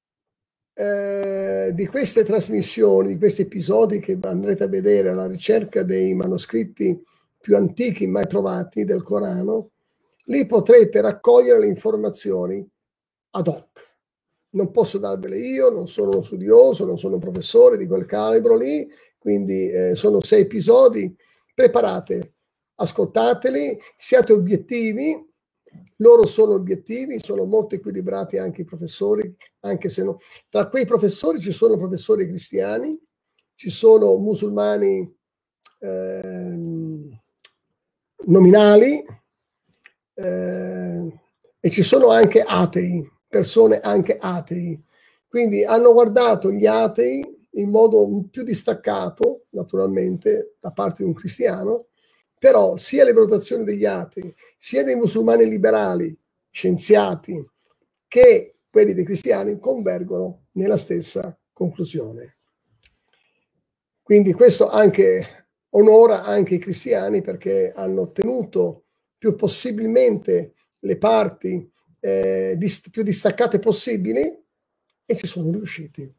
eh, di queste trasmissioni, di questi episodi che andrete a vedere alla ricerca dei manoscritti più antichi mai trovati del Corano, lì potrete raccogliere le informazioni ad hoc. Non posso darvele io, non sono uno studioso, non sono un professore di quel calibro lì, quindi eh, sono sei episodi, preparate, ascoltateli, siate obiettivi, loro sono obiettivi, sono molto equilibrati anche i professori, anche se no. Tra quei professori ci sono professori cristiani, ci sono musulmani eh, nominali eh, e ci sono anche atei, persone anche atei, quindi hanno guardato gli atei in modo più distaccato, naturalmente, da parte di un cristiano, però sia le valutazioni degli atei, sia dei musulmani liberali, scienziati, che quelli dei cristiani convergono nella stessa conclusione. Quindi questo anche onora anche i cristiani perché hanno ottenuto più possibilmente le parti Eh, dist- più distaccate possibili e ci sono riusciti.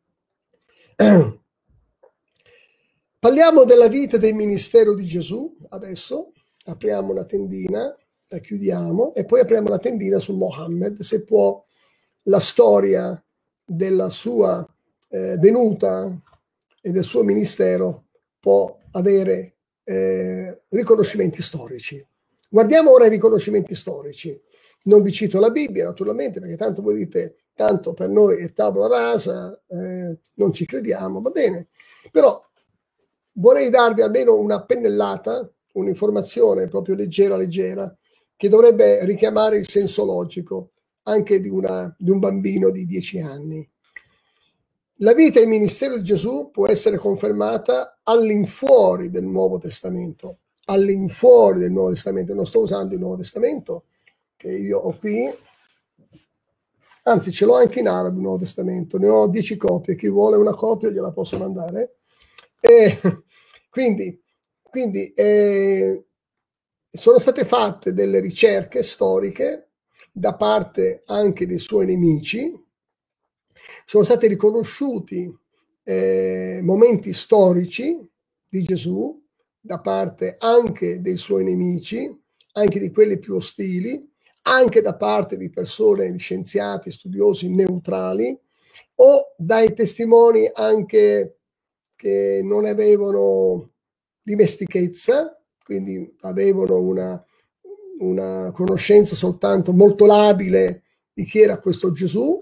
Parliamo della vita e del ministero di Gesù adesso. Apriamo una tendina, la chiudiamo e poi apriamo la tendina su Mohammed, se può la storia della sua eh, venuta e del suo ministero può avere eh, riconoscimenti storici. Guardiamo ora i riconoscimenti storici. Non vi cito la Bibbia, naturalmente, perché tanto voi dite, tanto per noi è tavola rasa, eh, non ci crediamo, va bene. Però vorrei darvi almeno una pennellata, un'informazione proprio leggera, leggera, che dovrebbe richiamare il senso logico anche di, una, di un bambino di dieci anni. La vita e il ministero di Gesù può essere confermata all'infuori del Nuovo Testamento, all'infuori del Nuovo Testamento. Non sto usando il Nuovo Testamento, che io ho qui, anzi ce l'ho anche in arabo il Nuovo Testamento, ne ho dieci copie, chi vuole una copia gliela posso mandare. E quindi quindi eh, sono state fatte delle ricerche storiche da parte anche dei suoi nemici, sono stati riconosciuti eh, momenti storici di Gesù da parte anche dei suoi nemici, anche di quelli più ostili, anche da parte di persone, di scienziati, studiosi neutrali, o dai testimoni anche che non avevano dimestichezza, quindi avevano una, una conoscenza soltanto molto labile di chi era questo Gesù.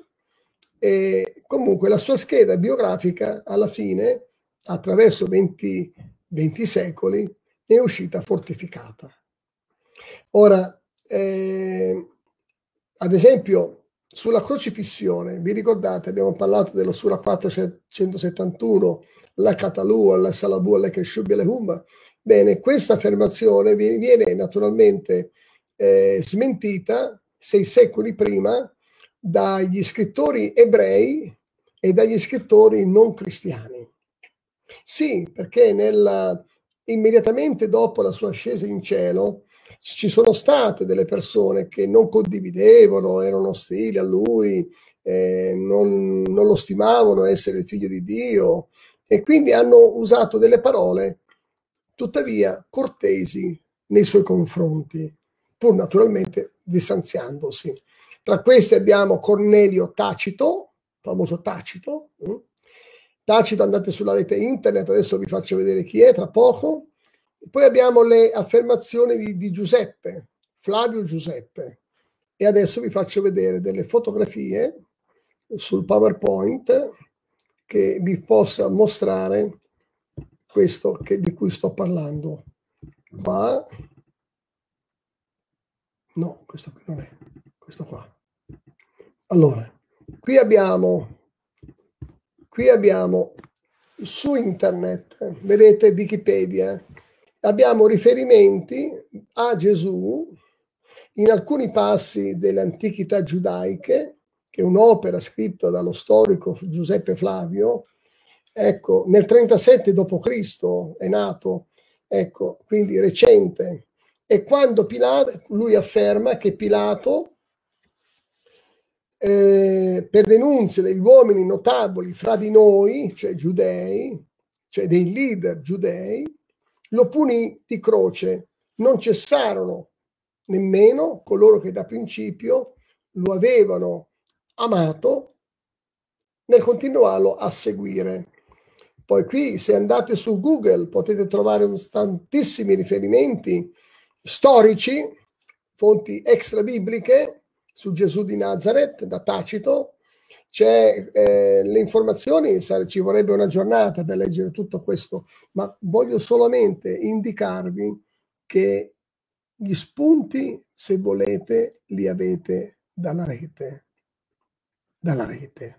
E comunque la sua scheda biografica alla fine, attraverso venti, venti secoli, ne è uscita fortificata. Ora, eh, ad esempio, sulla crocifissione, vi ricordate, abbiamo parlato della Sura quattrocentosettantuno, la Catalù, la Salabu, la Keshubi, la Humma. Bene, questa affermazione viene naturalmente eh, smentita sei secoli prima dagli scrittori ebrei e dagli scrittori non cristiani. Sì, perché nella, immediatamente dopo la sua ascesa in cielo ci sono state delle persone che non condividevano, erano ostili a lui, eh, non, non lo stimavano essere il figlio di Dio e quindi hanno usato delle parole tuttavia cortesi nei suoi confronti, pur naturalmente distanziandosi. Tra questi abbiamo Cornelio Tacito, famoso Tacito. Tacito, andate sulla rete internet, adesso vi faccio vedere chi è tra poco. E poi abbiamo le affermazioni di, di Giuseppe, Flavio Giuseppe. E adesso vi faccio vedere delle fotografie sul PowerPoint che vi possa mostrare questo che, di cui sto parlando. Qua, no, questo qui non è, questo qua. Allora, qui abbiamo, qui abbiamo su internet, vedete Wikipedia, abbiamo riferimenti a Gesù in alcuni passi delle antichità giudaiche, che è un'opera scritta dallo storico Giuseppe Flavio, ecco, nel trentasette dopo Cristo è nato, ecco, quindi recente. E quando Pilato, lui afferma che Pilato, eh, per denunce degli uomini notabili fra di noi, cioè giudei, cioè dei leader giudei, lo punì di croce. Non cessarono nemmeno coloro che da principio lo avevano amato nel continuarlo a seguire. Poi qui, se andate su Google, potete trovare tantissimi riferimenti storici, fonti extra bibliche su Gesù di Nazareth da Tacito. C'è eh, le informazioni, ci vorrebbe una giornata per leggere tutto questo, ma voglio solamente indicarvi che gli spunti, se volete, li avete dalla rete. Dalla rete.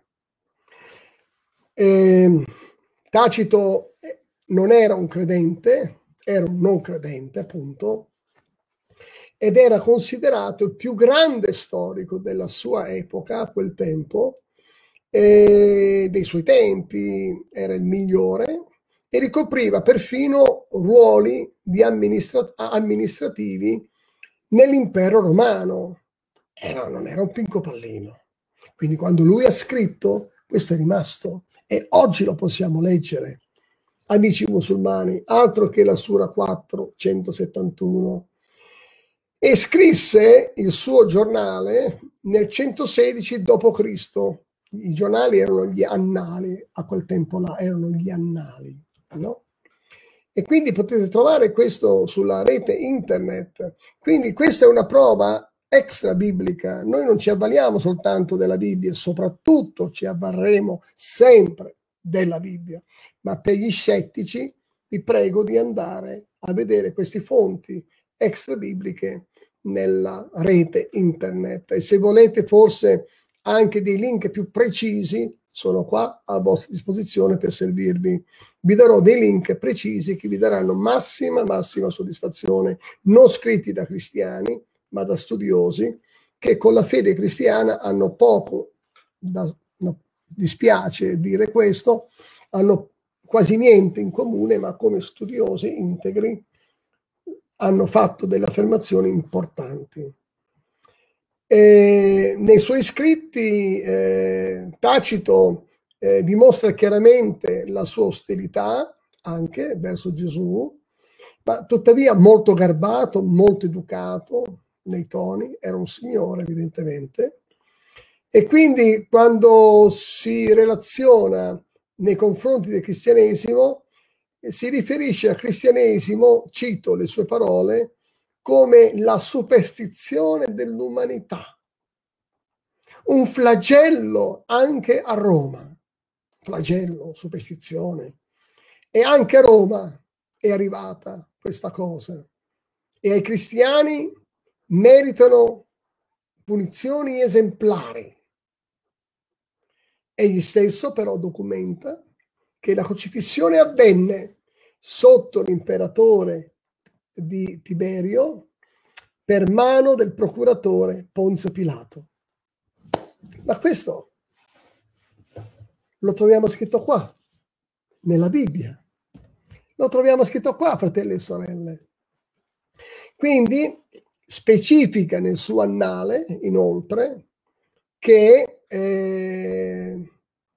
Eh, Tacito non era un credente, era un non credente, appunto, ed era considerato il più grande storico della sua epoca, a quel tempo, e dei suoi tempi, era il migliore, e ricopriva perfino ruoli di amministra- amministrativi nell'impero romano. Era, non era un pinco pallino. Quindi quando lui ha scritto, questo è rimasto, e oggi lo possiamo leggere. Amici musulmani, altro che la Sura quattro centosettantuno. E scrisse il suo giornale nel centosedici dopo Cristo. I giornali erano gli annali, a quel tempo là erano gli annali, no? E quindi potete trovare questo sulla rete internet. Quindi questa è una prova extra biblica. Noi non ci avvaliamo soltanto della Bibbia, soprattutto ci avvarremo sempre della Bibbia. Ma per gli scettici vi prego di andare a vedere queste fonti extra bibliche nella rete internet. E se volete forse anche dei link più precisi, sono qua a vostra disposizione per servirvi. Vi darò dei link precisi che vi daranno massima, massima soddisfazione, non scritti da cristiani, ma da studiosi che con la fede cristiana hanno poco, da, no, dispiace dire questo, hanno quasi niente in comune, ma come studiosi integri hanno fatto delle affermazioni importanti. E nei suoi scritti eh, Tacito eh, dimostra chiaramente la sua ostilità anche verso Gesù, ma tuttavia molto garbato, molto educato nei toni, era un signore evidentemente, e quindi quando si relaziona nei confronti del cristianesimo si riferisce al cristianesimo, cito le sue parole, come la superstizione dell'umanità, un flagello anche a Roma, flagello, superstizione, e anche a Roma è arrivata questa cosa, e ai cristiani meritano punizioni esemplari. Egli stesso però documenta che la crocifissione avvenne sotto l'imperatore di Tiberio per mano del procuratore Ponzio Pilato. Ma questo lo troviamo scritto qua, nella Bibbia. Lo troviamo scritto qua, fratelli e sorelle. Quindi specifica nel suo annale, inoltre, che eh,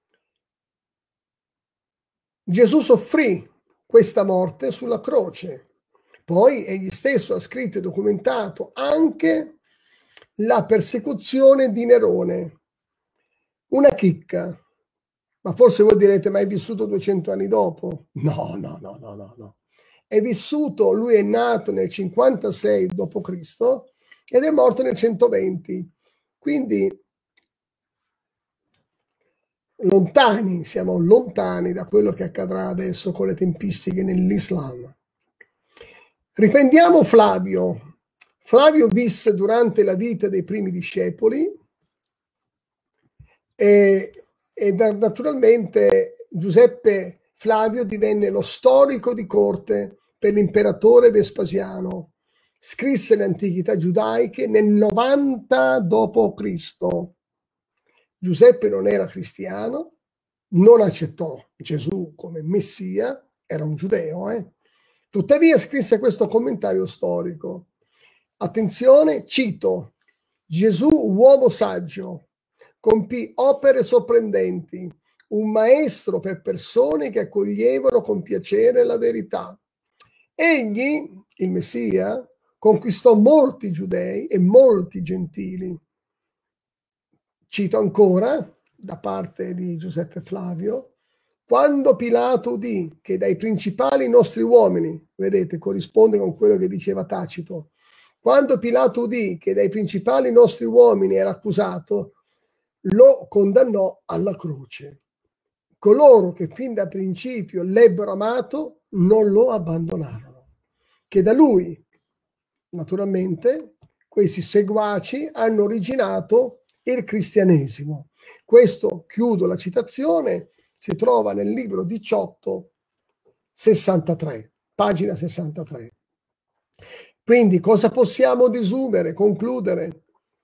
Gesù soffrì questa morte sulla croce. Poi egli stesso ha scritto e documentato anche la persecuzione di Nerone. Una chicca. Ma forse voi direte, ma è vissuto duecento anni dopo? No, no, no, no, no, no. È vissuto, lui è nato nel cinquantasei dopo Cristo ed è morto nel centoventi. Quindi lontani, siamo lontani da quello che accadrà adesso con le tempistiche nell'Islam. Riprendiamo Flavio. Flavio visse durante la vita dei primi discepoli e, e naturalmente Giuseppe Flavio divenne lo storico di corte per l'imperatore Vespasiano. Scrisse le antichità giudaiche nel novanta dopo Cristo. Giuseppe non era cristiano, non accettò Gesù come Messia, era un giudeo, eh? Tuttavia scrisse questo commentario storico. Attenzione, cito: Gesù, uomo saggio, compì opere sorprendenti, un maestro per persone che accoglievano con piacere la verità. Egli, il Messia, conquistò molti giudei e molti gentili. Cito ancora, da parte di Giuseppe Flavio, quando Pilato udì che dai principali nostri uomini, vedete, corrisponde con quello che diceva Tacito, quando Pilato udì che dai principali nostri uomini era accusato, lo condannò alla croce. Coloro che fin da principio l'ebbero amato non lo abbandonarono. Che da lui, naturalmente, questi seguaci hanno originato il cristianesimo. Questo, chiudo la citazione, si trova nel libro diciotto, sessantatré, pagina sessantatré. Quindi cosa possiamo desumere, concludere?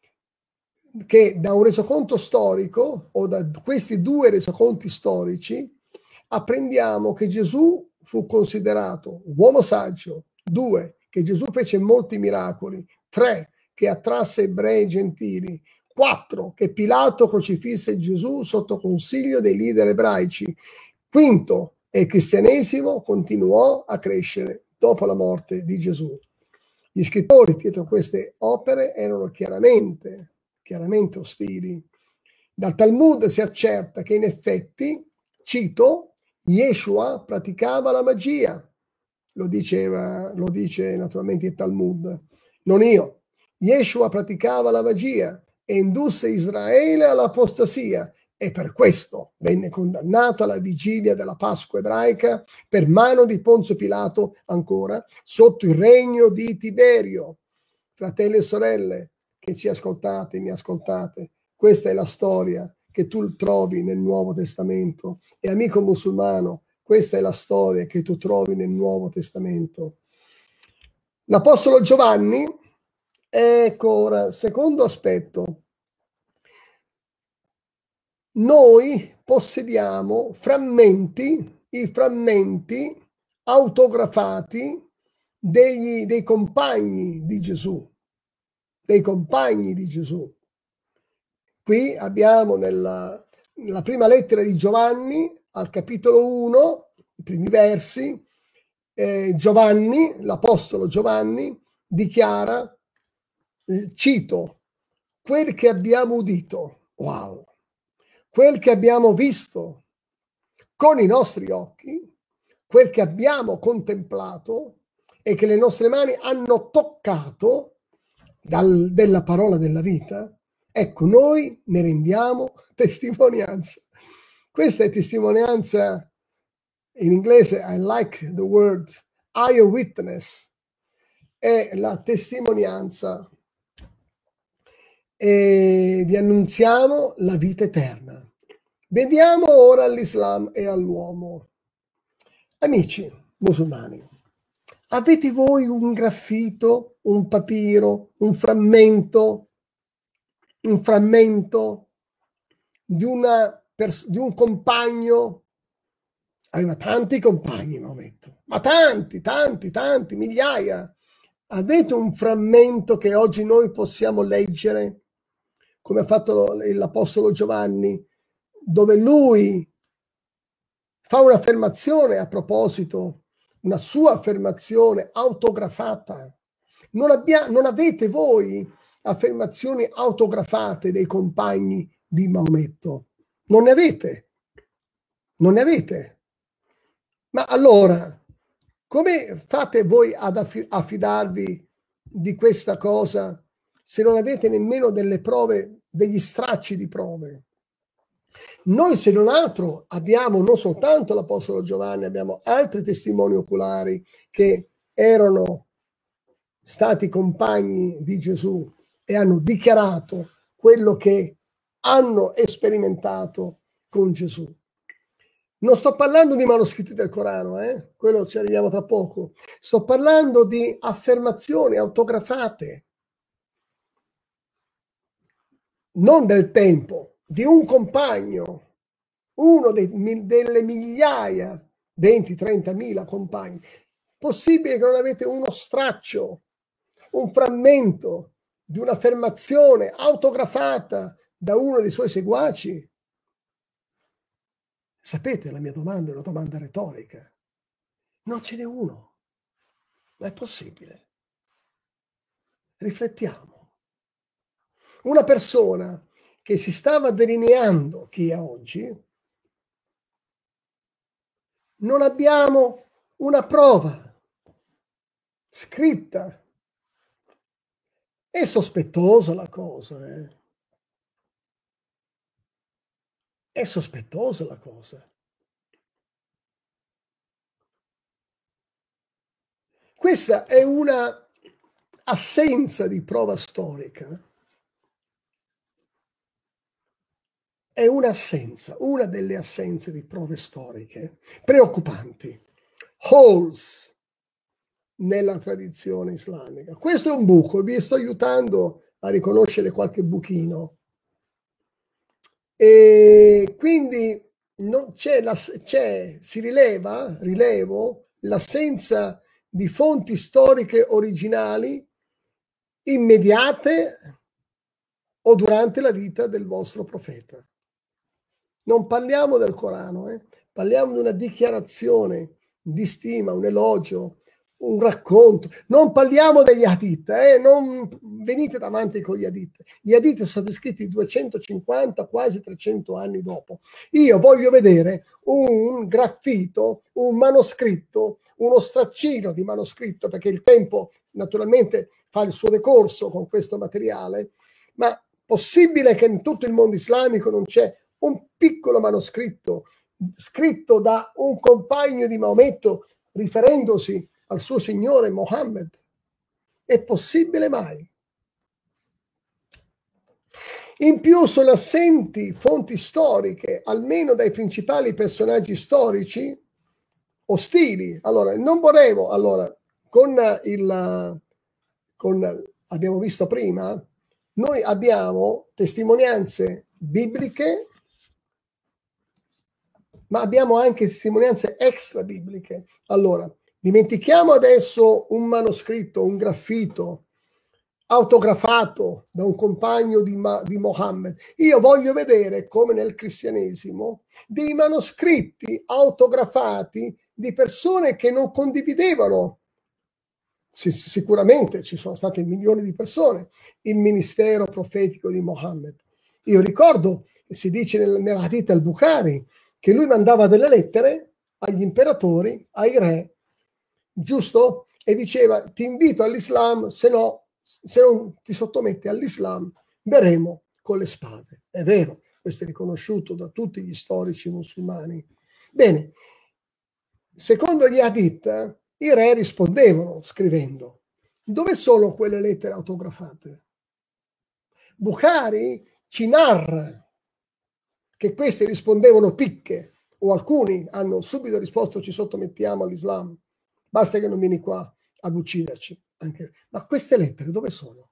Che da un resoconto storico o da questi due resoconti storici apprendiamo che Gesù fu considerato uomo saggio, due, che Gesù fece molti miracoli, tre, che attrasse ebrei e gentili, quattro, che Pilato crocifisse Gesù sotto consiglio dei leader ebraici, quinto, e il cristianesimo continuò a crescere dopo la morte di Gesù. Gli scrittori dietro queste opere erano chiaramente chiaramente ostili. Dal Talmud si accerta che in effetti, cito, Yeshua praticava la magia. Lo diceva, lo dice naturalmente il Talmud, non io. Yeshua praticava la magia e indusse Israele all'apostasia e per questo venne condannato alla vigilia della Pasqua ebraica per mano di Ponzio Pilato, ancora sotto il regno di Tiberio. Fratelli e sorelle che ci ascoltate, mi ascoltate, questa è la storia che tu trovi nel Nuovo Testamento. E amico musulmano, questa è la storia che tu trovi nel Nuovo Testamento. L'Apostolo Giovanni, ecco ora, secondo aspetto, noi possediamo frammenti, i frammenti autografati degli, dei compagni di Gesù. dei compagni di Gesù. Qui abbiamo nella, nella prima lettera di Giovanni, al capitolo uno, i primi versi, eh, Giovanni, l'apostolo Giovanni, dichiara, eh, cito, quel che abbiamo udito, wow, quel che abbiamo visto con i nostri occhi, quel che abbiamo contemplato e che le nostre mani hanno toccato, Dal, della parola della vita, ecco, noi ne rendiamo testimonianza. Questa è testimonianza, in inglese I like the word eyewitness, è la testimonianza e vi annunziamo la vita eterna. Vediamo ora all'Islam e all'uomo. Amici musulmani, avete voi un graffito, un papiro, un frammento, un frammento di, una di un compagno? Aveva tanti compagni, Maometto, ma tanti, tanti, tanti, migliaia. Avete un frammento che oggi noi possiamo leggere, come ha fatto l'Apostolo Giovanni, dove lui fa un'affermazione a proposito, una sua affermazione autografata. Non, abbia, non avete voi affermazioni autografate dei compagni di Maometto? Non ne avete? Non ne avete? Ma allora, come fate voi ad affidarvi di questa cosa se non avete nemmeno delle prove, degli stracci di prove? Noi, se non altro, abbiamo non soltanto l'Apostolo Giovanni, abbiamo altri testimoni oculari che erano stati compagni di Gesù e hanno dichiarato quello che hanno sperimentato con Gesù. Non sto parlando di manoscritti del Corano, eh? Quello ci arriviamo tra poco. Sto parlando di affermazioni autografate, non del tempo, di un compagno, uno dei, delle migliaia, venti trentamila compagni. Possibile che non avete uno straccio, un frammento di un'affermazione autografata da uno dei suoi seguaci? Sapete, la mia domanda è una domanda retorica. Non ce n'è uno. Ma è possibile? Riflettiamo. Una persona che si stava delineando chi è oggi, non abbiamo una prova scritta. È sospettosa la cosa, eh? È sospettosa la cosa. Questa è una assenza di prova storica. È un'assenza, una delle assenze di prove storiche preoccupanti. Holes nella tradizione islamica. Questo è un buco, vi sto aiutando a riconoscere qualche buchino. E quindi non c'è la, c'è, si rileva, rilevo, l'assenza di fonti storiche originali immediate o durante la vita del vostro profeta. Non parliamo del Corano, eh? Parliamo di una dichiarazione di stima, un elogio, un racconto. Non parliamo degli hadith, eh? Non venite davanti con gli hadith. Gli hadith sono stati scritti duecentocinquanta, quasi trecento anni dopo. Io voglio vedere un graffito, un manoscritto, uno straccino di manoscritto, perché il tempo naturalmente fa il suo decorso con questo materiale, ma possibile che in tutto il mondo islamico non c'è un piccolo manoscritto scritto da un compagno di Maometto riferendosi al suo signore Mohammed? È possibile mai? In più sono assenti fonti storiche, almeno dai principali personaggi storici ostili. Allora, non volevo, allora, con il, con, abbiamo visto prima, noi abbiamo testimonianze bibliche, ma abbiamo anche testimonianze extra bibliche. Allora, dimentichiamo adesso un manoscritto, un graffito autografato da un compagno di, Ma, di Mohammed. Io voglio vedere, come nel cristianesimo, dei manoscritti autografati di persone che non condividevano, sicuramente ci sono state milioni di persone, il ministero profetico di Mohammed. Io ricordo, si dice nel, nella Hadith al-Bukhari, che lui mandava delle lettere agli imperatori, ai re, giusto? E diceva: ti invito all'Islam, se no, se non ti sottometti all'Islam, verremo con le spade. È vero, questo è riconosciuto da tutti gli storici musulmani. Bene, secondo gli hadith, i re rispondevano scrivendo. Dove sono quelle lettere autografate? Bukhari ci narra che questi rispondevano picche, o alcuni hanno subito risposto: ci sottomettiamo all'Islam, basta che non vieni qua ad ucciderci. Anche. Ma queste lettere dove sono?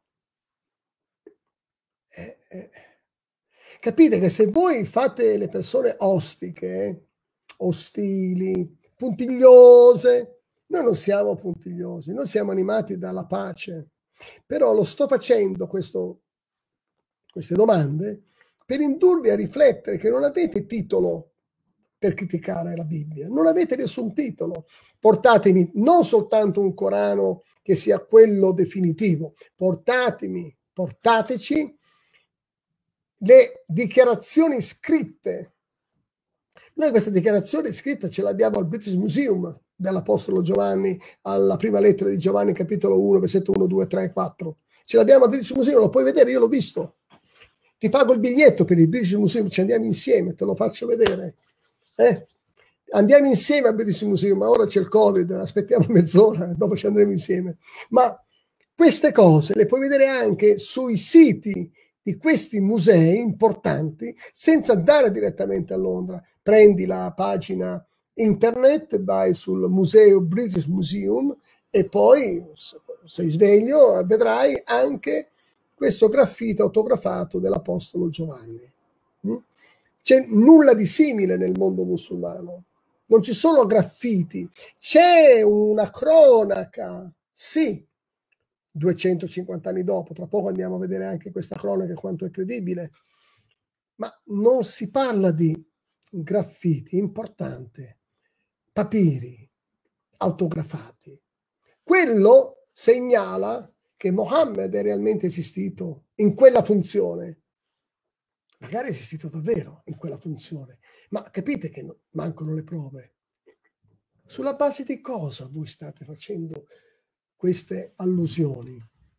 Eh, eh. Capite che se voi fate le persone ostiche, ostili, puntigliose, noi non siamo puntigliosi, noi siamo animati dalla pace. Però lo sto facendo questo, queste domande per indurvi a riflettere che non avete titolo per criticare la Bibbia, non avete nessun titolo. Portatemi non soltanto un Corano che sia quello definitivo, portatemi, portateci le dichiarazioni scritte. Noi queste dichiarazioni scritte ce l'abbiamo al British Museum dell'Apostolo Giovanni, alla prima lettera di Giovanni, capitolo uno, versetto uno, due, tre, quattro. Ce l'abbiamo al British Museum, lo puoi vedere, io l'ho visto. ti pago il biglietto per il British Museum, ci andiamo insieme, te lo faccio vedere. Eh? Andiamo insieme al British Museum, ma ora c'è il Covid, aspettiamo mezz'ora, dopo ci andremo insieme. Ma queste cose le puoi vedere anche sui siti di questi musei importanti, senza andare direttamente a Londra. Prendi la pagina internet, vai sul museo British Museum e poi, se sei sveglio, vedrai anche questo graffito autografato dell'Apostolo Giovanni. C'è nulla di simile nel mondo musulmano. Non ci sono graffiti, c'è una cronaca, sì, duecentocinquanta anni dopo, tra poco andiamo a vedere anche questa cronaca quanto è credibile, ma non si parla di graffiti, importante, papiri autografati. Quello segnala che Mohammed è realmente esistito in quella funzione. Magari è esistito davvero in quella funzione, ma capite che no, mancano le prove. Sulla base di cosa voi state facendo queste allusioni?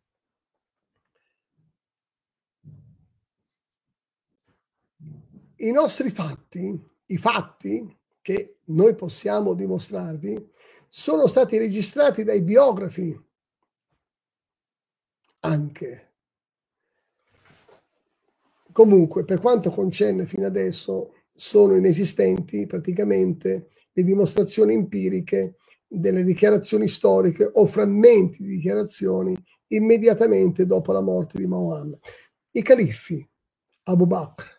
I nostri fatti, i fatti che noi possiamo dimostrarvi, sono stati registrati dai biografi anche. Comunque, per quanto concerne fino adesso, sono inesistenti praticamente le dimostrazioni empiriche delle dichiarazioni storiche o frammenti di dichiarazioni immediatamente dopo la morte di Muhammad. I califfi, Abu Bakr,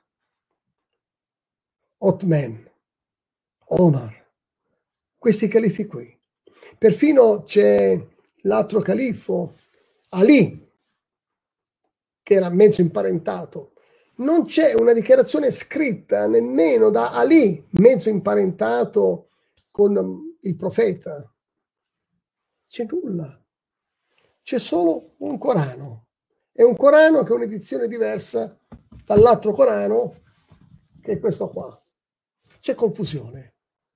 Othman, Omar, questi califfi qui. Perfino c'è l'altro califfo, Ali, che era mezzo imparentato. Non c'è una dichiarazione scritta nemmeno da Ali, mezzo imparentato con il profeta. C'è nulla. C'è solo un Corano. È un Corano che è un'edizione diversa dall'altro Corano, che è questo qua. C'è confusione.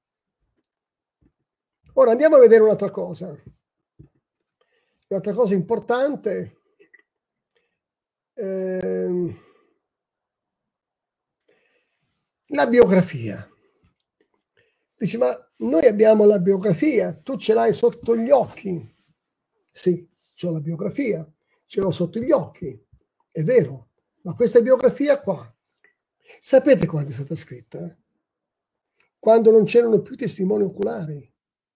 Ora andiamo a vedere un'altra cosa. Un'altra cosa importante. Ehm, La biografia. Dici, ma noi abbiamo la biografia, tu ce l'hai sotto gli occhi. Sì, c'ho la biografia, ce l'ho sotto gli occhi, è vero, ma questa biografia qua, sapete quando è stata scritta? Quando non c'erano più testimoni oculari.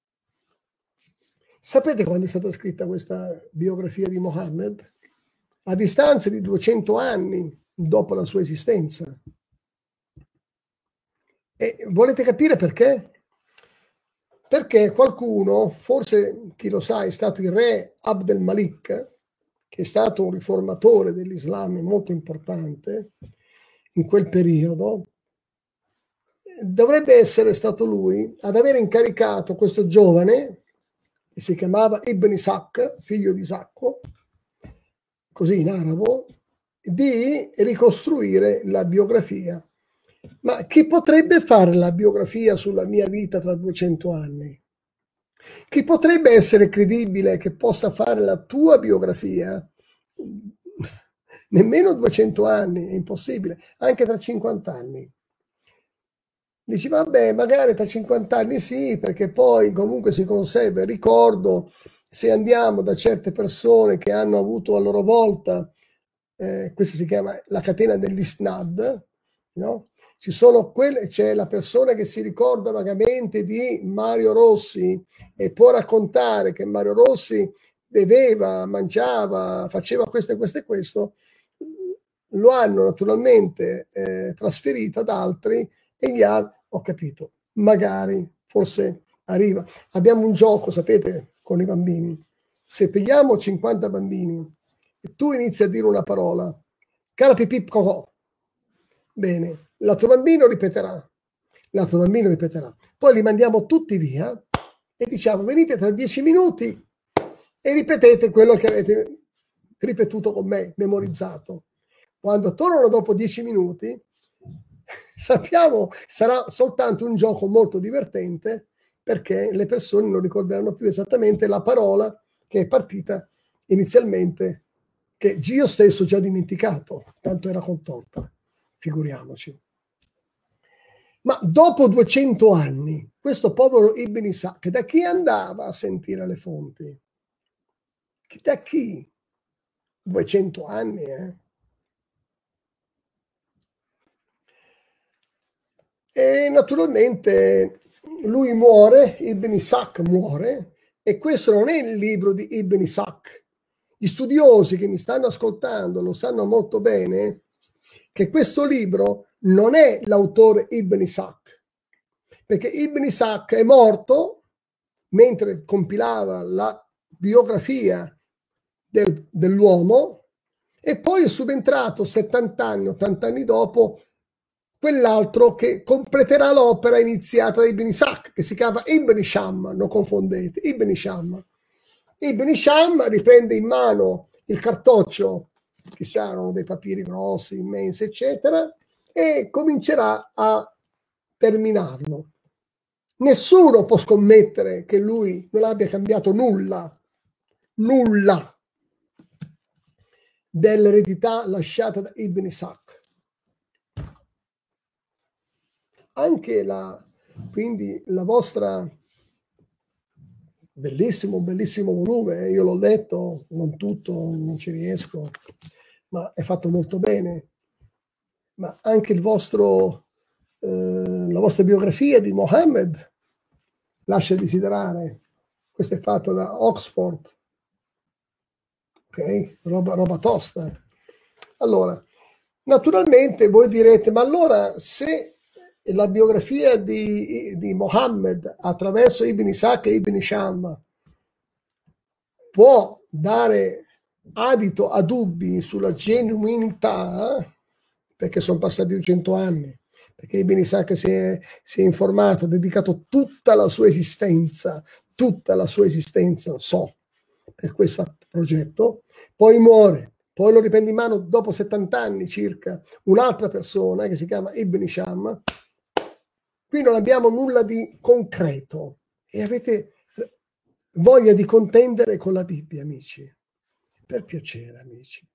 Sapete quando è stata scritta questa biografia di Mohammed? A distanza di duecento anni dopo la sua esistenza. E volete capire perché? Perché qualcuno, forse chi lo sa, è stato il re Abd al-Malik, che è stato un riformatore dell'Islam molto importante in quel periodo, dovrebbe essere stato lui ad aver incaricato questo giovane, che si chiamava Ibn Ishaq, figlio di Isacco, così in arabo, di ricostruire la biografia. Ma chi potrebbe fare la biografia sulla mia vita tra duecento anni? Chi potrebbe essere credibile che possa fare la tua biografia? Nemmeno duecento anni, è impossibile, anche tra cinquanta anni. Dici, vabbè, magari tra cinquanta anni sì, perché poi comunque si conserva il ricordo. Se andiamo da certe persone che hanno avuto a loro volta, eh, questa si chiama la catena dell'isnad, no? Ci sono quelle, c'è la persona che si ricorda vagamente di Mario Rossi e può raccontare che Mario Rossi beveva, mangiava, faceva questo e questo e questo. Lo hanno naturalmente eh, trasferito ad altri e gli ha, ho capito, magari, forse arriva. Abbiamo un gioco, sapete, con i bambini. Se pigliamo cinquanta bambini e tu inizi a dire una parola, cara pipì cocò, bene. L'altro bambino ripeterà, l'altro bambino ripeterà. Poi li mandiamo tutti via e diciamo venite tra dieci minuti e ripetete quello che avete ripetuto con me, memorizzato. Quando tornano dopo dieci minuti, sappiamo, sarà soltanto un gioco molto divertente perché le persone non ricorderanno più esattamente la parola che è partita inizialmente che io stesso ho già dimenticato, tanto era contorta, figuriamoci. Ma dopo duecento anni, questo povero Ibn Ishaq, da chi andava a sentire le fonti? Da chi? duecento anni, eh? E naturalmente lui muore, Ibn Ishaq muore, e questo non è il libro di Ibn Ishaq. Gli studiosi che mi stanno ascoltando lo sanno molto bene che questo libro non è l'autore Ibn Ishaq, perché Ibn Ishaq è morto mentre compilava la biografia del, dell'uomo, e poi è subentrato settanta anni, ottanta anni dopo quell'altro che completerà l'opera iniziata da Ibn Ishaq, che si chiama Ibn Hisham, non confondete, Ibn Hisham. Ibn Hisham riprende in mano il cartoccio, che saranno dei papiri grossi, immensi, eccetera, e comincerà a terminarlo. Nessuno può scommettere che lui non abbia cambiato nulla, nulla dell'eredità lasciata da Ibn Ishaq. Anche la, quindi la vostra, bellissimo, bellissimo volume, io l'ho letto, non tutto, non ci riesco, ma è fatto molto bene. Ma anche il vostro, eh, la vostra biografia di Mohammed lascia desiderare. Questa è fatta da Oxford, ok? Roba, roba tosta. Allora, naturalmente voi direte, ma allora se la biografia di, di Mohammed attraverso Ibn Ishaq e Ibn Hisham può dare adito a dubbi sulla genuinità, perché sono passati duecento anni, perché Ibn Ishaq si è, si è informato, ha dedicato tutta la sua esistenza, tutta la sua esistenza, so, per questo progetto, poi muore, poi lo riprende in mano dopo settanta anni circa un'altra persona che si chiama Ibn Hisham. Qui non abbiamo nulla di concreto e avete voglia di contendere con la Bibbia, amici. Per piacere, amici.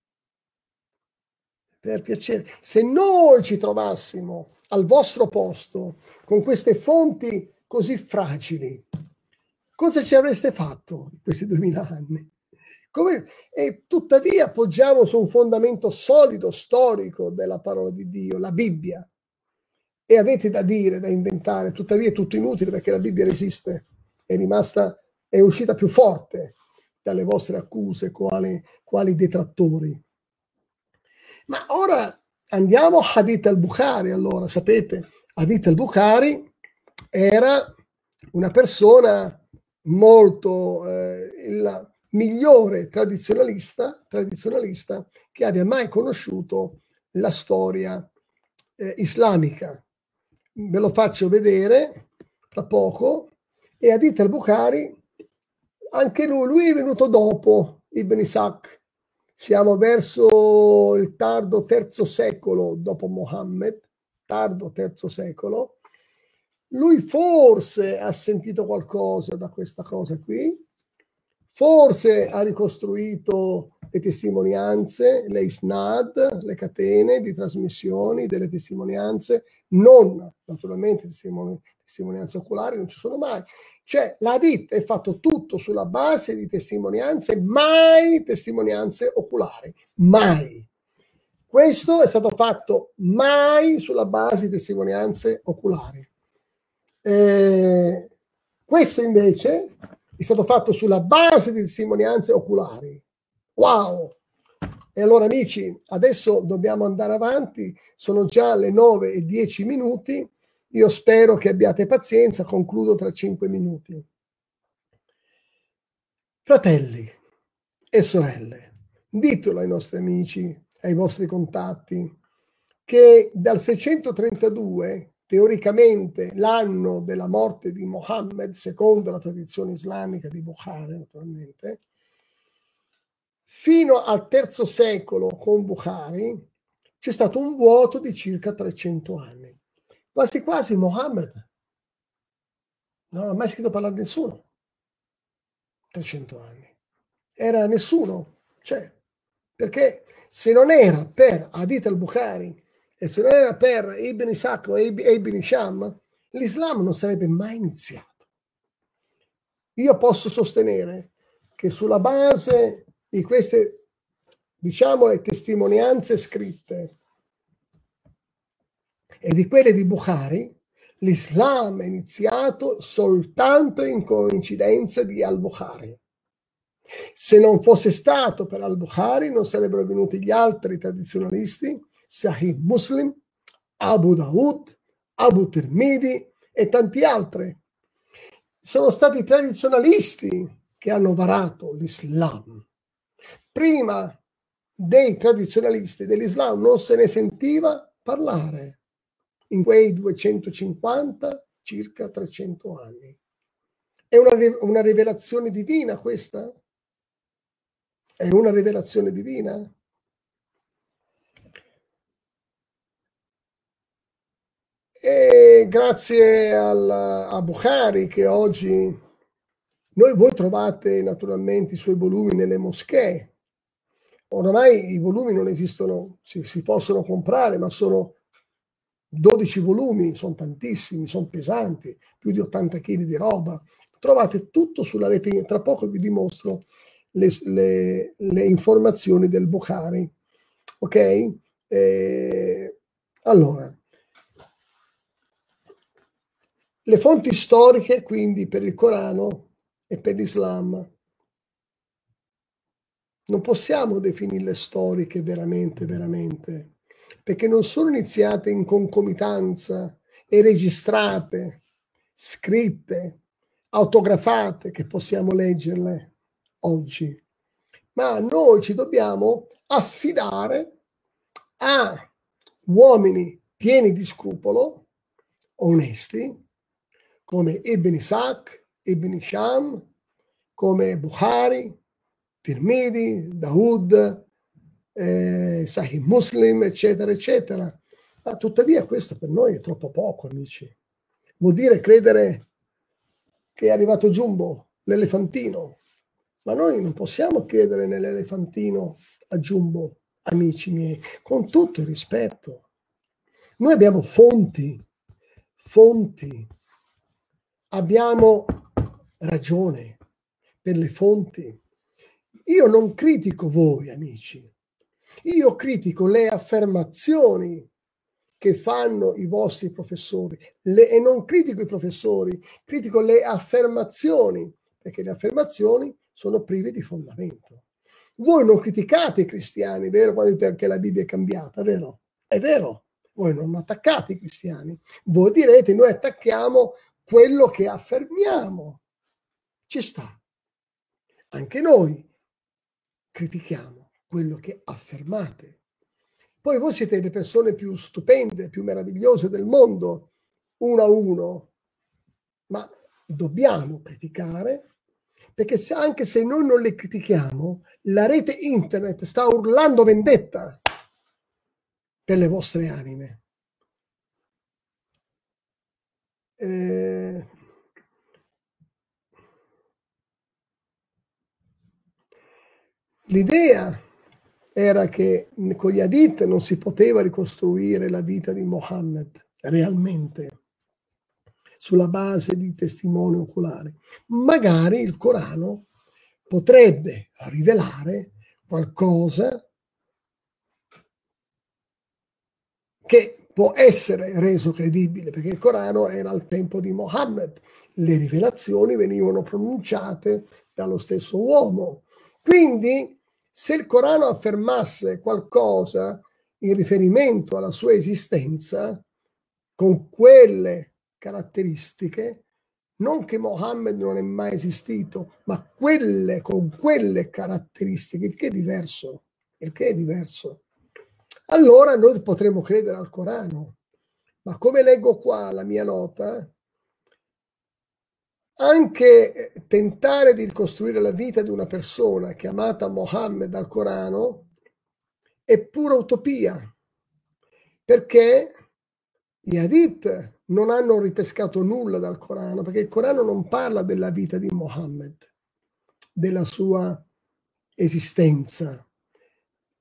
Per piacere. Se noi ci trovassimo al vostro posto con queste fonti così fragili, cosa ci avreste fatto in questi duemila anni? Come? E tuttavia appoggiamo su un fondamento solido, storico della parola di Dio, la Bibbia. E avete da dire, da inventare, tuttavia è tutto inutile perché la Bibbia resiste, è rimasta, è uscita più forte dalle vostre accuse quali, quali detrattori. Ma ora andiamo a Hadith al-Bukhari. Allora, sapete, Hadith al-Bukhari era una persona molto, eh, il migliore tradizionalista, tradizionalista che abbia mai conosciuto la storia eh, islamica. Ve lo faccio vedere tra poco. E Hadith al-Bukhari, anche lui, lui è venuto dopo Ibn Ishaq. Siamo verso il tardo terzo secolo dopo Mohammed, tardo terzo secolo. Lui forse ha sentito qualcosa da questa cosa qui, forse ha ricostruito le testimonianze, le isnad, le catene di trasmissioni delle testimonianze, non naturalmente testimoni, testimonianze oculari, non ci sono mai. Cioè l'Hadith è fatto tutto sulla base di testimonianze, mai testimonianze oculari, mai. Questo è stato fatto mai sulla base di testimonianze oculari. Eh, questo invece è stato fatto sulla base di testimonianze oculari. Wow! E allora amici, adesso dobbiamo andare avanti, sono già le nove e dieci minuti, io spero che abbiate pazienza, concludo tra cinque minuti. Fratelli e sorelle, ditelo ai nostri amici, ai vostri contatti, che dal seicentotrentadue, teoricamente l'anno della morte di Mohammed, secondo la tradizione islamica di Bukhari naturalmente, fino al terzo secolo con Bukhari c'è stato un vuoto di circa trecento anni. Quasi quasi Mohammed non ha mai sentito parlare nessuno. trecento anni. Era nessuno, cioè Perché se non era per Hadith al-Bukhari e se non era per Ibn Ishaq o Ibn Hisham, l'Islam non sarebbe mai iniziato. Io posso sostenere che sulla base di queste, diciamo, le testimonianze scritte e di quelle di Bukhari, l'Islam è iniziato soltanto in coincidenza di al-Bukhari. Se non fosse stato per al-Bukhari non sarebbero venuti gli altri tradizionalisti, Sahih Muslim, Abu Daud, Abu Tirmidhi e tanti altri. Sono stati i tradizionalisti che hanno varato l'Islam. Prima dei tradizionalisti dell'Islam non se ne sentiva parlare in quei duecentocinquanta, circa trecento anni. È una, una rivelazione divina questa? È una rivelazione divina? E grazie al, a Bukhari che oggi noi, voi trovate naturalmente i suoi volumi nelle moschee. Oramai i volumi non esistono, si, si possono comprare, ma sono dodici volumi, sono tantissimi, sono pesanti, più di ottanta chili di roba. Trovate tutto sulla rete, tra poco vi dimostro le, le, le informazioni del Bukhari. Ok? Eh, allora, le fonti storiche, quindi, per il Corano e per l'Islam, non possiamo definirle storiche veramente, veramente, perché non sono iniziate in concomitanza e registrate, scritte, autografate, che possiamo leggerle oggi. Ma noi ci dobbiamo affidare a uomini pieni di scrupolo, onesti, come Ibn Ishaq, Ibn Hisham, come Bukhari, Tirmidhi, Daud, eh, Sahih Muslim, eccetera, eccetera. Ma tuttavia questo per noi è troppo poco, amici. Vuol dire credere che è arrivato Jumbo, l'elefantino. Ma noi non possiamo credere nell'elefantino a Jumbo, amici miei, con tutto il rispetto. Noi abbiamo fonti, fonti. Abbiamo ragione per le fonti. Io non critico voi, amici. Io critico le affermazioni che fanno i vostri professori le, e non critico i professori, critico le affermazioni, perché le affermazioni sono prive di fondamento. Voi non criticate i cristiani, vero? Quando dite che la Bibbia è cambiata, vero? È vero. Voi non attaccate i cristiani. Voi direte, noi attacchiamo quello che affermiamo. Ci sta. Anche noi critichiamo quello che affermate. Poi voi siete le persone più stupende, più meravigliose del mondo, uno a uno, ma dobbiamo criticare, perché se, anche se noi non le critichiamo, la rete internet sta urlando vendetta per le vostre anime. Eh, l'idea era che con gli hadith non si poteva ricostruire la vita di Mohammed realmente sulla base di testimoni oculari. Magari il Corano potrebbe rivelare qualcosa che può essere reso credibile, perché il Corano era al tempo di Mohammed, le rivelazioni venivano pronunciate dallo stesso uomo. Quindi, se il Corano affermasse qualcosa in riferimento alla sua esistenza, con quelle caratteristiche, non che Mohammed non è mai esistito, ma quelle, con quelle caratteristiche, il che è diverso, il che è diverso. Allora noi potremmo credere al Corano, ma come leggo qua la mia nota, anche tentare di ricostruire la vita di una persona chiamata Mohammed dal Corano è pura utopia, perché gli hadith non hanno ripescato nulla dal Corano, perché il Corano non parla della vita di Mohammed, della sua esistenza.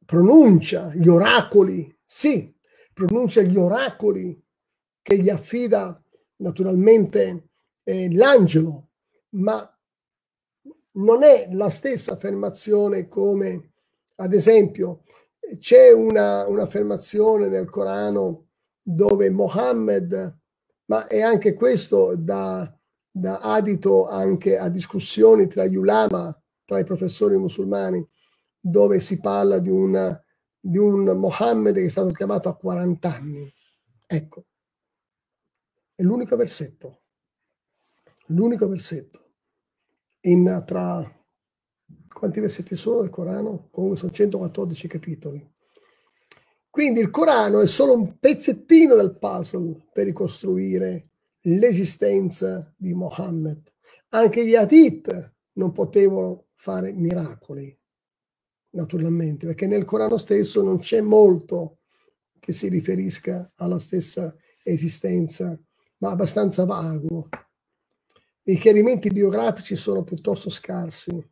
pronuncia gli oracoli, sì, pronuncia gli oracoli che gli affida naturalmente eh, l'angelo, ma non è la stessa affermazione come, ad esempio, c'è una, un'affermazione nel Corano dove Mohammed, ma è anche questo da, da adito anche a discussioni tra gli ulama, tra i professori musulmani, dove si parla di, una, di un Mohammed che è stato chiamato a quaranta anni. Ecco, è l'unico versetto, l'unico versetto. In, tra quanti versetti sono del Corano? Comunque sono centoquattordici capitoli. Quindi il Corano è solo un pezzettino del puzzle per ricostruire l'esistenza di Mohammed. Anche gli Hadith non potevano fare miracoli, naturalmente, perché nel Corano stesso non c'è molto che si riferisca alla stessa esistenza, ma abbastanza vago. I chiarimenti biografici sono piuttosto scarsi.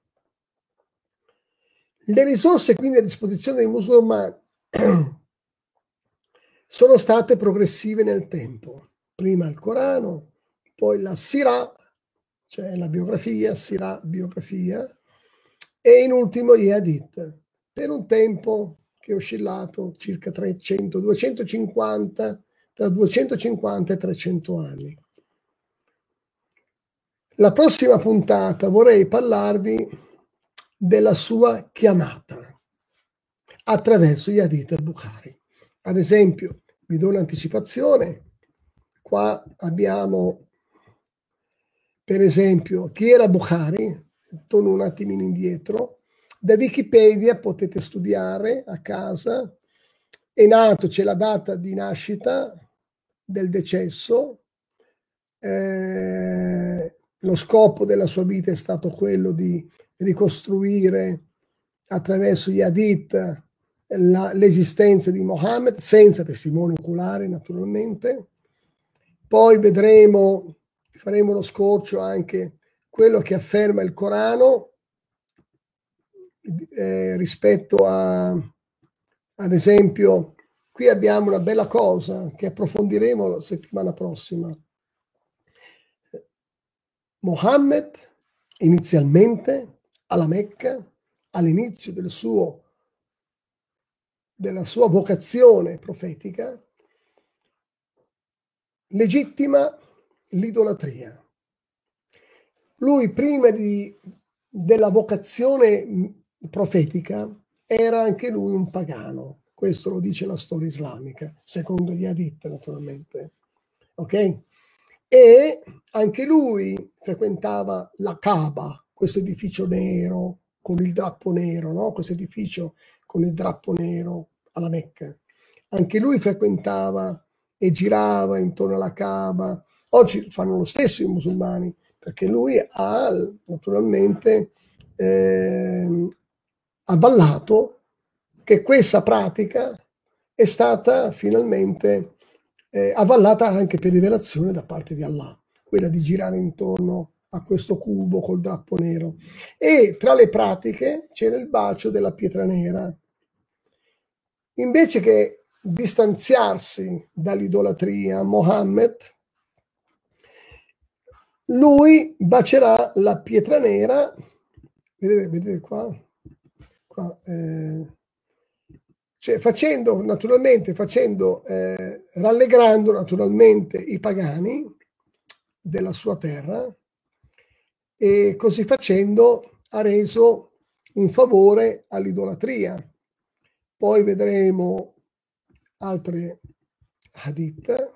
Le risorse quindi a disposizione dei musulmani sono state progressive nel tempo. Prima il Corano, poi la Sirah, cioè la biografia, Sirah, biografia, e in ultimo gli Hadith, per un tempo che è oscillato circa trecento, duecentocinquanta, tra duecentocinquanta e trecento anni. La prossima puntata vorrei parlarvi della sua chiamata attraverso gli Hadith al-Bukhari. Ad esempio, vi do un'anticipazione. Qua abbiamo, per esempio, chi era Bukhari? Torno un attimino indietro. Da Wikipedia potete studiare a casa. È nato, c'è la data di nascita, del decesso. Eh, lo scopo della sua vita è stato quello di ricostruire attraverso gli Hadith l'esistenza di Mohammed, senza testimoni oculari naturalmente. Poi vedremo, faremo uno scorcio anche quello che afferma il Corano eh, rispetto a, ad esempio, qui abbiamo una bella cosa che approfondiremo la settimana prossima. Mohammed inizialmente alla Mecca, all'inizio del suo, della sua vocazione profetica, legittima l'idolatria. Lui prima di, della vocazione profetica era anche lui un pagano. Questo lo dice la storia islamica, secondo gli Hadith naturalmente. Ok? E anche lui frequentava la Kaaba, questo edificio nero con il drappo nero, no? Questo edificio con il drappo nero alla Mecca. Anche lui frequentava e girava intorno alla Kaaba. Oggi fanno lo stesso i musulmani, perché lui ha naturalmente eh, avvallato che questa pratica è stata finalmente eh, avvallata anche per rivelazione da parte di Allah, quella di girare intorno a questo cubo col drappo nero. E tra le pratiche c'era il bacio della pietra nera. Invece che distanziarsi dall'idolatria, Mohammed, lui bacerà la pietra nera, vedete, vedete qua, qua eh, cioè facendo naturalmente, facendo, eh, rallegrando naturalmente i pagani della sua terra, e così facendo ha reso un favore all'idolatria. Poi vedremo altre hadith,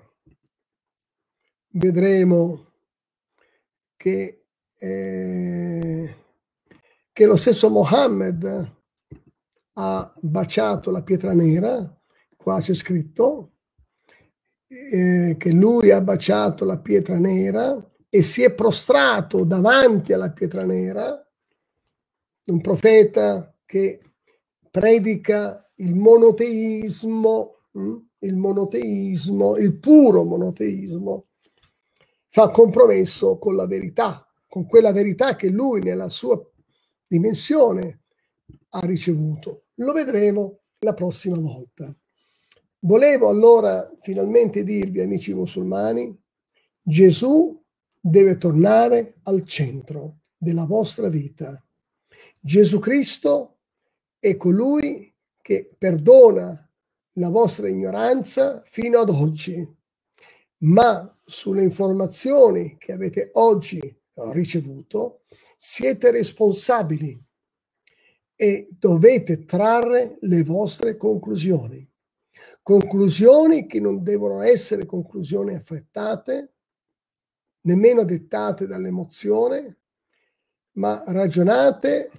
vedremo che, eh, che lo stesso Mohammed ha baciato la pietra nera, qua c'è scritto eh, che lui ha baciato la pietra nera e si è prostrato davanti alla pietra nera, un profeta che predica il monoteismo, hm? il monoteismo, il puro monoteismo, fa compromesso con la verità, con quella verità che lui nella sua dimensione ha ricevuto. Lo vedremo la prossima volta. Volevo allora finalmente dirvi, amici musulmani, Gesù deve tornare al centro della vostra vita. Gesù Cristo è colui che perdona la vostra ignoranza fino ad oggi, ma sulle informazioni che avete oggi ricevuto siete responsabili e dovete trarre le vostre conclusioni. Conclusioni che non devono essere conclusioni affrettate, nemmeno dettate dall'emozione, ma ragionate,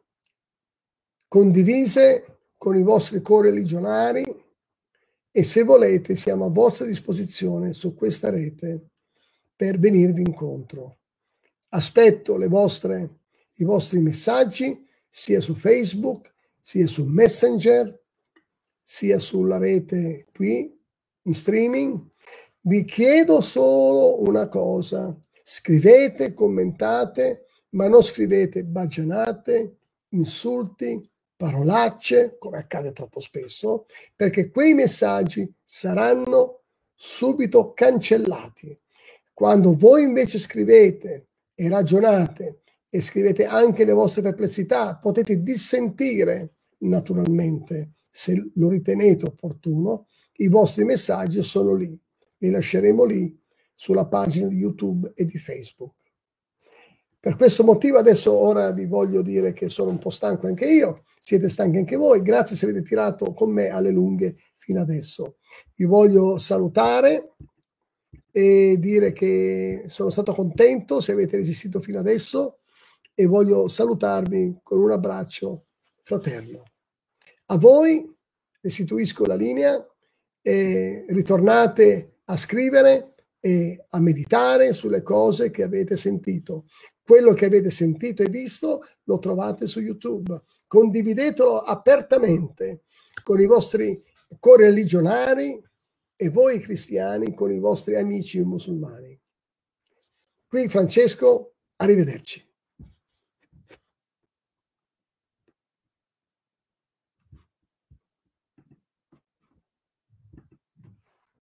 condivise con i vostri coreligionari, e se volete siamo a vostra disposizione su questa rete per venirvi incontro. Aspetto le vostre, i vostri messaggi sia su Facebook, sia su Messenger, sia sulla rete qui in streaming. Vi chiedo solo una cosa: scrivete, commentate, ma non scrivete baggianate, insulti, parolacce, come accade troppo spesso, perché quei messaggi saranno subito cancellati. Quando voi invece scrivete e ragionate e scrivete anche le vostre perplessità, potete dissentire naturalmente, se lo ritenete opportuno. I vostri messaggi sono lì, li lasceremo lì sulla pagina di YouTube e di Facebook. Per questo motivo adesso ora vi voglio dire che sono un po' stanco anche io, siete stanchi anche voi, grazie se avete tirato con me alle lunghe fino adesso. Vi voglio salutare e dire che sono stato contento se avete resistito fino adesso e voglio salutarvi con un abbraccio fraterno. A voi restituisco la linea e ritornate a scrivere e a meditare sulle cose che avete sentito. Quello che avete sentito e visto lo trovate su YouTube. Condividetelo apertamente con i vostri coreligionari e voi cristiani con i vostri amici musulmani. Qui Francesco, arrivederci.